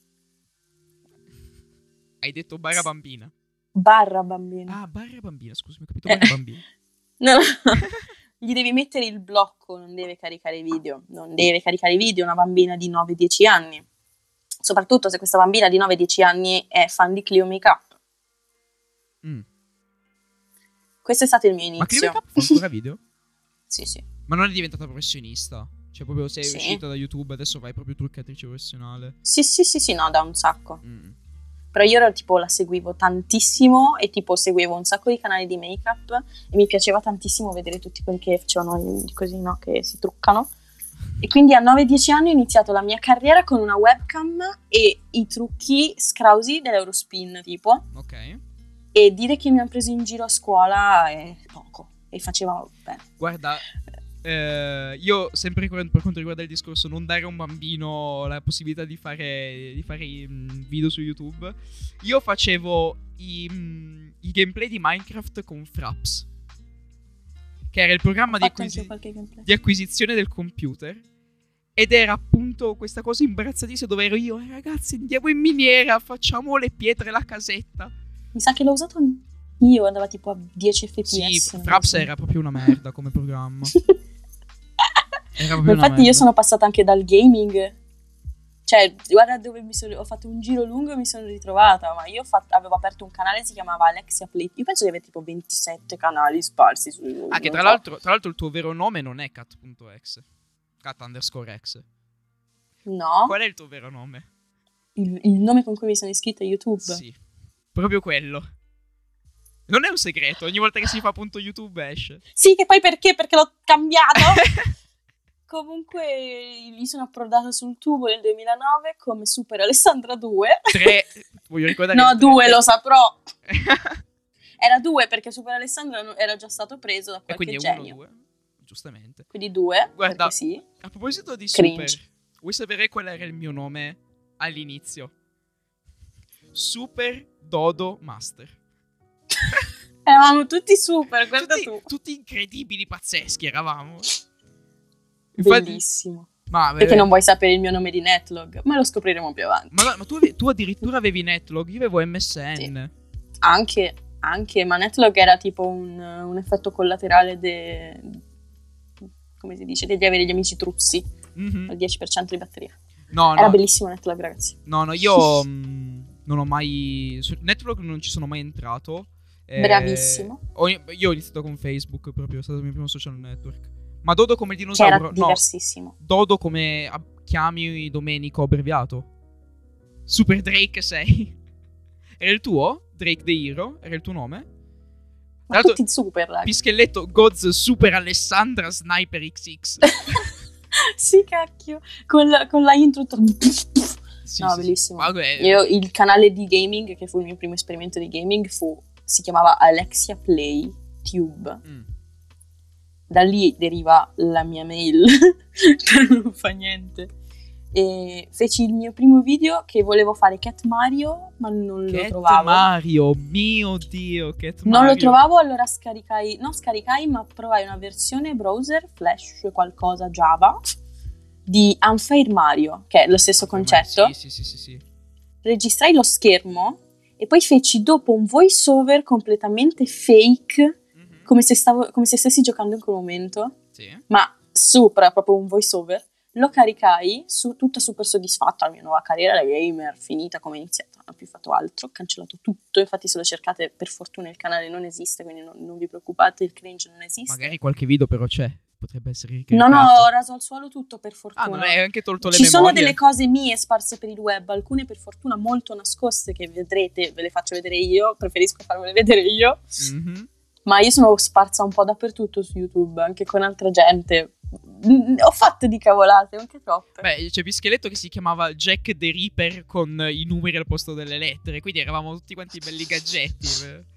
Hai detto bara bambina. Barra bambina. Ah, barra bambina, scusami, ho capito bara bambina. No, no. Gli devi mettere il blocco, non deve caricare video. Non deve caricare video una bambina di nove dieci anni. Soprattutto se questa bambina di nove dieci anni è fan di Clio Makeup. Mm. Questo è stato il mio inizio. Ma Clio Makeup fa ancora video? Sì, sì. Ma non è diventata professionista? Cioè proprio sei Sì. uscita da YouTube, adesso vai proprio truccatrice professionale? Sì, sì, sì, sì, no, da un sacco. Mm. Però io ero, tipo la seguivo tantissimo e tipo seguivo un sacco di canali di make-up e mi piaceva tantissimo vedere tutti quelli che facevano così, no? Che si truccano. E quindi a nove dieci anni ho iniziato la mia carriera con una webcam e i trucchi scrausi dell'Eurospin tipo. Ok. E dire che mi hanno preso in giro a scuola è poco. E faceva bene. Guarda, eh, io sempre per quanto riguarda il discorso non dare a un bambino la possibilità di fare, di fare i mh, video su YouTube, io facevo i, mh, i gameplay di Minecraft con Fraps, che era il programma di, acquisi- di acquisizione del computer. Ed era appunto questa cosa imbarazzatissima dove ero io, eh, ragazzi, andiamo in miniera, facciamo le pietre, la casetta. Mi sa che l'ho usato io, andava tipo a dieci F P S. Sì, Fraps era proprio una merda come programma. Era proprio Ma una infatti merda. io sono passata anche dal gaming. Cioè, guarda dove mi sono... Ho fatto un giro lungo e mi sono ritrovata. Ma io ho fatto, avevo aperto un canale che si chiamava Alexia Play. Io penso di avere tipo ventisette canali sparsi su YouTube. Ah, che tra so. l'altro, tra l'altro il tuo vero nome non è cat.exe. Cat underscore x. No. Qual è il tuo vero nome? Il, il nome con cui mi sono iscritta a YouTube? Sì, proprio quello. Non è un segreto, ogni volta che si fa appunto YouTube esce. Sì, che poi perché? Perché l'ho cambiato? Comunque gli sono approdata sul tubo nel duemilanove come Super Alessandra due. Tre, voglio ricordare. No, due, lo saprò. Era due perché Super Alessandra era già stato preso da qualche e quindi genio. uno, due, giustamente. Quindi due, guarda, sì. A proposito di Cringe. Super, vuoi sapere qual era il mio nome all'inizio? Super Dodo Master. Eravamo tutti super, guarda tutti, tu. Tutti incredibili, pazzeschi eravamo. Infatti, bellissimo. Ma, perché non vuoi sapere il mio nome di Netlog? Ma lo scopriremo più avanti. Ma, ma tu, ave- tu addirittura avevi Netlog, io avevo M S N. Sì. Anche, anche, ma Netlog era tipo un, un effetto collaterale de, come si dice, degli avere gli amici truzzi. Mm-hmm. Il dieci per cento di batteria. No, era no. bellissimo Netlog, ragazzi. No, no, io mh, non ho mai... Su Netlog non ci sono mai entrato. Eh, Bravissimo. Ho, io ho iniziato con Facebook proprio, è stato il mio primo social network. Ma Dodo come il dinosauro? Che era diversissimo. No, Dodo come ab- chiami Domenico abbreviato. Super Drake sei. Era il tuo? Drake the Hero? Era il tuo nome? Ma tutti super, ragazzi. Pischelletto Goz Super Alessandra Sniper X X. Sì, cacchio. Con la, con la intro. Sì, no, sì, bellissimo. Sì. Vabbè. Io, il canale di gaming, che fu il mio primo esperimento di gaming, fu si chiamava Alexia Play Tube. Mm. Da lì deriva la mia mail, però non fa niente. E feci il mio primo video che volevo fare Cat Mario, ma non Cat lo trovavo. Cat Mario, mio Dio, Cat Mario. Non lo trovavo, allora scaricai, non scaricai, ma provai una versione browser, Flash, qualcosa, Java, di Unfair Mario, che è lo stesso concetto. Sì, sì, sì, sì, sì. Registrai lo schermo e poi feci dopo un voice over completamente fake, mm-hmm. come se stavo, come se stessi giocando in quel momento, sì. ma sopra proprio un voice over. Lo caricai, su, tutta super soddisfatta, la mia nuova carriera da gamer, finita come è iniziata, non ho più fatto altro, ho cancellato tutto, infatti se lo cercate per fortuna il canale non esiste, quindi non, non vi preoccupate, il cringe non esiste. Magari qualche video però c'è, potrebbe essere ricaricato. No, no, ho raso al suolo tutto per fortuna. Ah, non hai anche tolto le Ci memorie? sono delle cose mie sparse per il web, alcune per fortuna molto nascoste che vedrete, ve le faccio vedere io, preferisco farvele vedere io, mm-hmm. ma io sono sparsa un po' dappertutto su YouTube, anche con altra gente. Ho fatto di cavolate, anche troppe. Beh, c'è Pischeletto che si chiamava Jack the Ripper con i numeri al posto delle lettere, quindi eravamo tutti quanti belli gadgetti.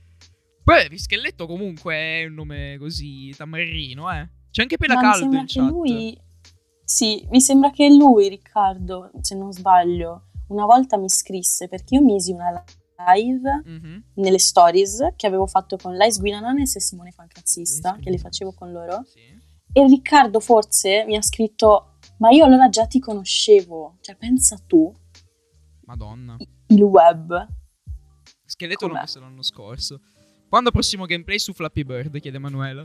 Poi Pischeletto comunque è un nome così tamarrino, eh. C'è anche Pela Caldo in chat. Lui... Sì, mi sembra che lui, Riccardo, se non sbaglio, una volta mi scrisse perché io misi una live mm-hmm. nelle stories che avevo fatto con Lais Guinananes e Simone Fancazzista, che le facevo con loro. Sì. E Riccardo forse mi ha scritto: ma io allora già ti conoscevo, cioè pensa tu. Madonna. Il web. Scheletto l'ho messo l'anno scorso. Quando prossimo gameplay su Flappy Bird? Chiede Emanuela.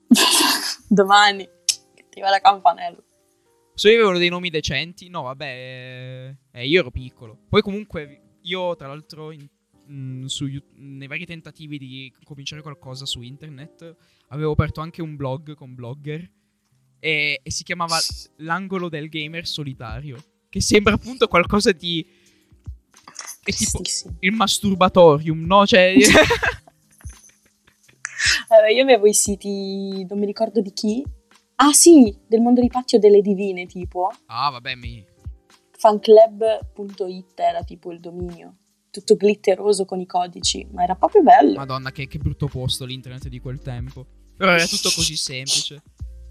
Domani. Che ti va la campanella. Se io avevo dei nomi decenti. No vabbè eh, io ero piccolo. Poi comunque io tra l'altro in, mh, su, nei vari tentativi di cominciare qualcosa su internet avevo aperto anche un blog con Blogger e, e si chiamava L'angolo del gamer solitario, che sembra appunto qualcosa di è tipo il masturbatorium, no? Cioè allora, io avevo i siti, non mi ricordo di chi. Ah sì, del mondo di Pacchio delle Divine tipo. Ah vabbè mi fanclub punto it era tipo il dominio, tutto glitteroso con i codici, ma era proprio bello. Madonna che, che brutto posto l'internet di quel tempo. Però era tutto così semplice.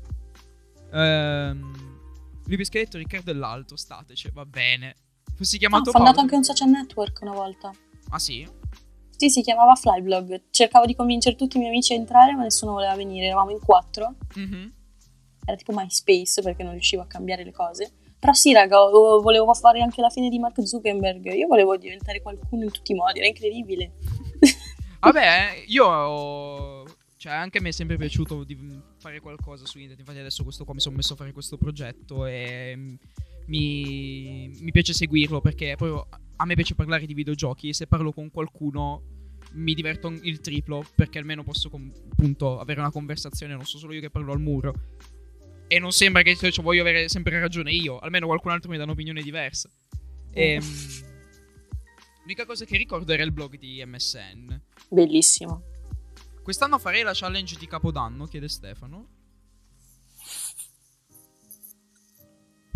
Ehm, Lui Scheletto, Riccardo e l'altro, stateci, va bene. Fossi chiamato ah, ho fondato anche un social network una volta. Ah sì? Sì, si chiamava Flyblog. Cercavo di convincere tutti i miei amici a entrare, ma nessuno voleva venire. Eravamo in quattro. Mm-hmm. Era tipo MySpace perché non riuscivo a cambiare le cose. Però sì, raga, volevo fare anche la fine di Mark Zuckerberg. Io volevo diventare qualcuno in tutti i modi, era incredibile. Vabbè, io ho... Cioè, anche a me è sempre piaciuto di fare qualcosa su internet. Infatti adesso questo qua mi sono messo a fare questo progetto e mi, mi piace seguirlo perché proprio a me piace parlare di videogiochi e se parlo con qualcuno mi diverto il triplo perché almeno posso com- appunto avere una conversazione, non so solo io che parlo al muro. E non sembra che cioè, voglio avere sempre ragione io, almeno qualcun altro mi dà un'opinione diversa. E, l'unica cosa che ricordo era il blog di M S N. Bellissimo. Quest'anno farei la challenge di Capodanno, chiede Stefano.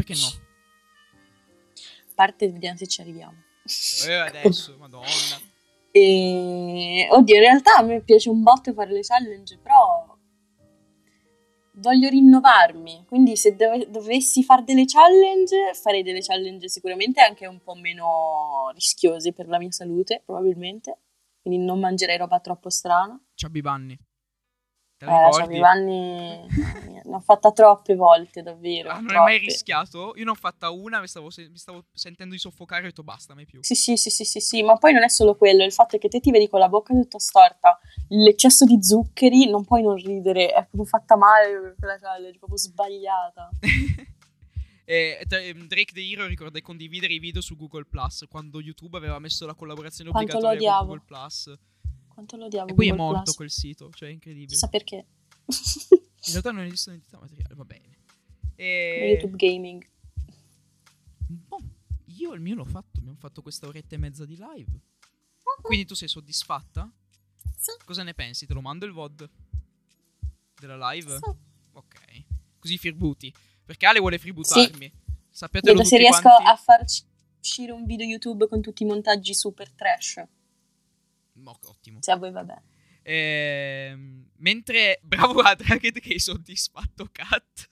perché no? A parte, vediamo se ci arriviamo. Eh, adesso, madonna. E... Oddio, in realtà a me piace un botto fare le challenge, però voglio rinnovarmi. Quindi se dove- dovessi fare delle challenge, farei delle challenge sicuramente anche un po' meno rischiose per la mia salute, probabilmente. Quindi non mangerei roba troppo strana. Chubby Bunny. Te Eh, la la ricordi? Chubby Bunny, mamma mia, l'ho fatta troppe volte, davvero. Ah, non hai mai troppe. rischiato? Io ne ho fatta una, mi stavo, se- mi stavo sentendo di soffocare e ho detto basta, mai più. Sì, sì, sì, sì, sì, sì, ma poi non è solo quello, il fatto è che te ti vedi con la bocca tutta storta, l'eccesso di zuccheri, non puoi non ridere, è proprio fatta male quella challenge, proprio sbagliata. E tra- ehm, Drake the Hero ricorda di condividere i video su Google Plus quando YouTube aveva messo la collaborazione Quanto lo obbligatoria con odiavo. Google Plus. Quanto lo odiavo E poi è Google morto Plus. quel sito, cioè è incredibile. Chissà perché. In realtà non esistono entità materiali, va bene. Come E... YouTube Gaming. boh, io il mio l'ho fatto, abbiamo fatto questa oretta e mezza di live. Quindi tu sei soddisfatta? Sì. Cosa ne pensi? Te lo mando il V O D della live? Sì. Ok. Così freebuti. Perché Ale vuole freebootarmi. Sappiatelo Vedo se tutti riesco quanti. a farci uscire un video YouTube con tutti i montaggi super trash. Mo- ottimo. Se a voi va bene. Ehm, mentre bravo a Dragon che hai soddisfatto Kat.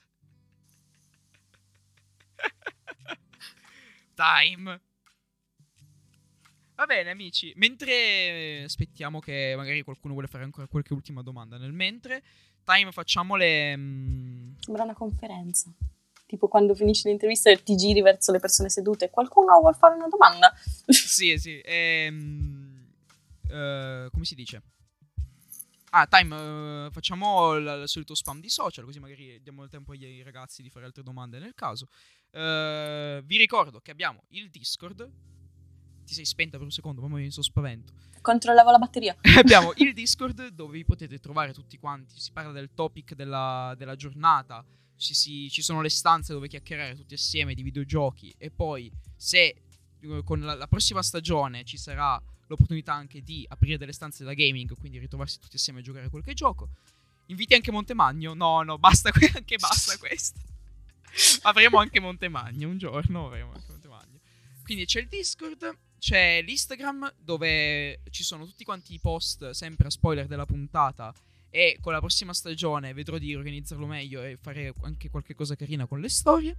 Time. Va bene amici, mentre aspettiamo che magari qualcuno vuole fare ancora qualche ultima domanda, nel mentre Time facciamo le mm, Sembra una conferenza. Tipo quando finisci l'intervista e ti giri verso le persone sedute. Qualcuno vuole fare una domanda? sì sì ehm, eh, come si dice? Ah, Time, eh, facciamo il, il solito spam di social, così magari diamo il tempo ai ragazzi di fare altre domande nel caso. Eh, vi ricordo che abbiamo il Discord. Ti sei spenta per un secondo, mamma mia, mi sono spavento. Controllavo la batteria. Abbiamo il Discord dove vi potete trovare tutti quanti. Si parla del topic della, della giornata. Ci, si, ci sono le stanze dove chiacchierare tutti assieme di videogiochi. E poi, se eh, con la, la prossima stagione ci sarà l'opportunità anche di aprire delle stanze da gaming, quindi ritrovarsi tutti assieme a giocare qualche gioco. Inviti anche Montemagno? No, no, basta, anche basta questo. Avremo anche Montemagno un giorno. Avremo anche Montemagno. Quindi c'è il Discord. C'è l'Instagram dove ci sono tutti quanti i post sempre a spoiler della puntata. E con la prossima stagione vedrò di organizzarlo meglio e fare anche qualche cosa carina con le storie.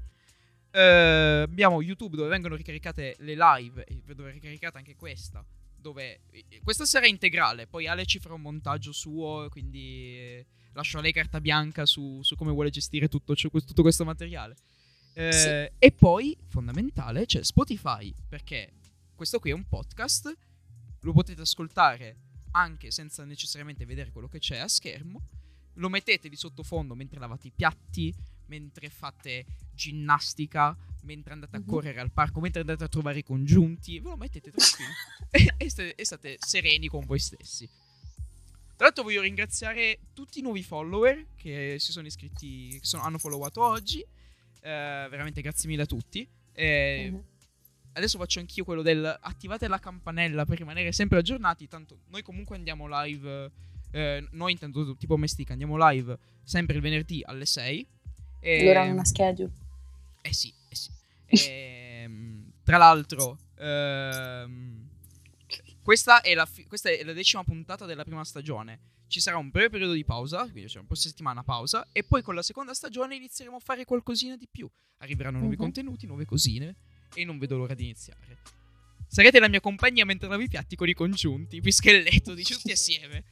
Eh, abbiamo YouTube dove vengono ricaricate le live e dove è ricaricata anche questa. Dove questa sarà integrale. Poi Ale ci farà un montaggio suo. Quindi eh, lascio a lei carta bianca su, su come vuole gestire tutto, cioè, tutto questo materiale. Eh, Sì. E poi, fondamentale, c'è Spotify. Perché questo qui è un podcast, lo potete ascoltare anche senza necessariamente vedere quello che c'è a schermo. Lo mettete di sottofondo mentre lavate i piatti, mentre fate ginnastica, mentre andate a Mhm. correre al parco, mentre andate a trovare i congiunti. Ve lo mettete tranquillo e, e state, e state sereni con voi stessi. Tra l'altro voglio ringraziare tutti i nuovi follower che si sono iscritti, che sono, hanno followato oggi. Eh, veramente grazie mille a tutti. Eh, Mhm. Adesso faccio anch'io quello del attivate la campanella per rimanere sempre aggiornati. Tanto noi comunque andiamo live. Eh, noi intendo tipo Mestica andiamo live sempre il venerdì alle sei. E... Loro hanno una schedule. Eh sì, eh sì. E, tra l'altro, ehm, questa, è la fi- questa è la decima puntata della prima stagione. Ci sarà un breve periodo di pausa, quindi c'è una prossima settimana pausa. E poi con la seconda stagione inizieremo a fare qualcosina di più. Arriveranno nuovi Mhm. contenuti, nuove cosine. E non vedo l'ora di iniziare. Sarete la mia compagnia mentre lavi i piatti con i congiunti. Pischelletto, dici tutti assieme.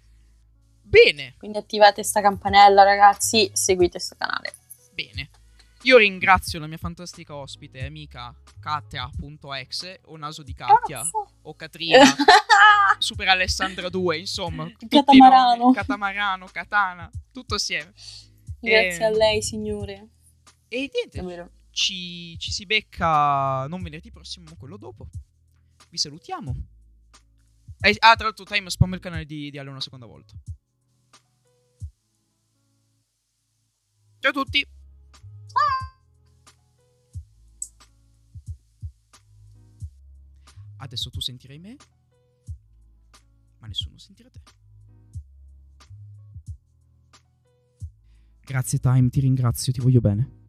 Bene, Quindi attivate sta campanella, ragazzi, seguite sto canale. bene. Io ringrazio la mia fantastica ospite, amica Katia.exe, o Naso di Katia, o Katrina, Super Alessandra due, insomma. tutti i Catamarano. nomi, Catamarano, Katana, tutto assieme. Grazie E- a lei, signore. E niente, Davvero. ci, ci si becca non venerdì prossimo, ma quello dopo. Vi salutiamo. Eh, ah, tra l'altro, Time spamma il canale di, di Ale una seconda volta. Ciao a tutti. Adesso tu sentirai me, ma nessuno sentirà te. Grazie Time, ti ringrazio, ti voglio bene.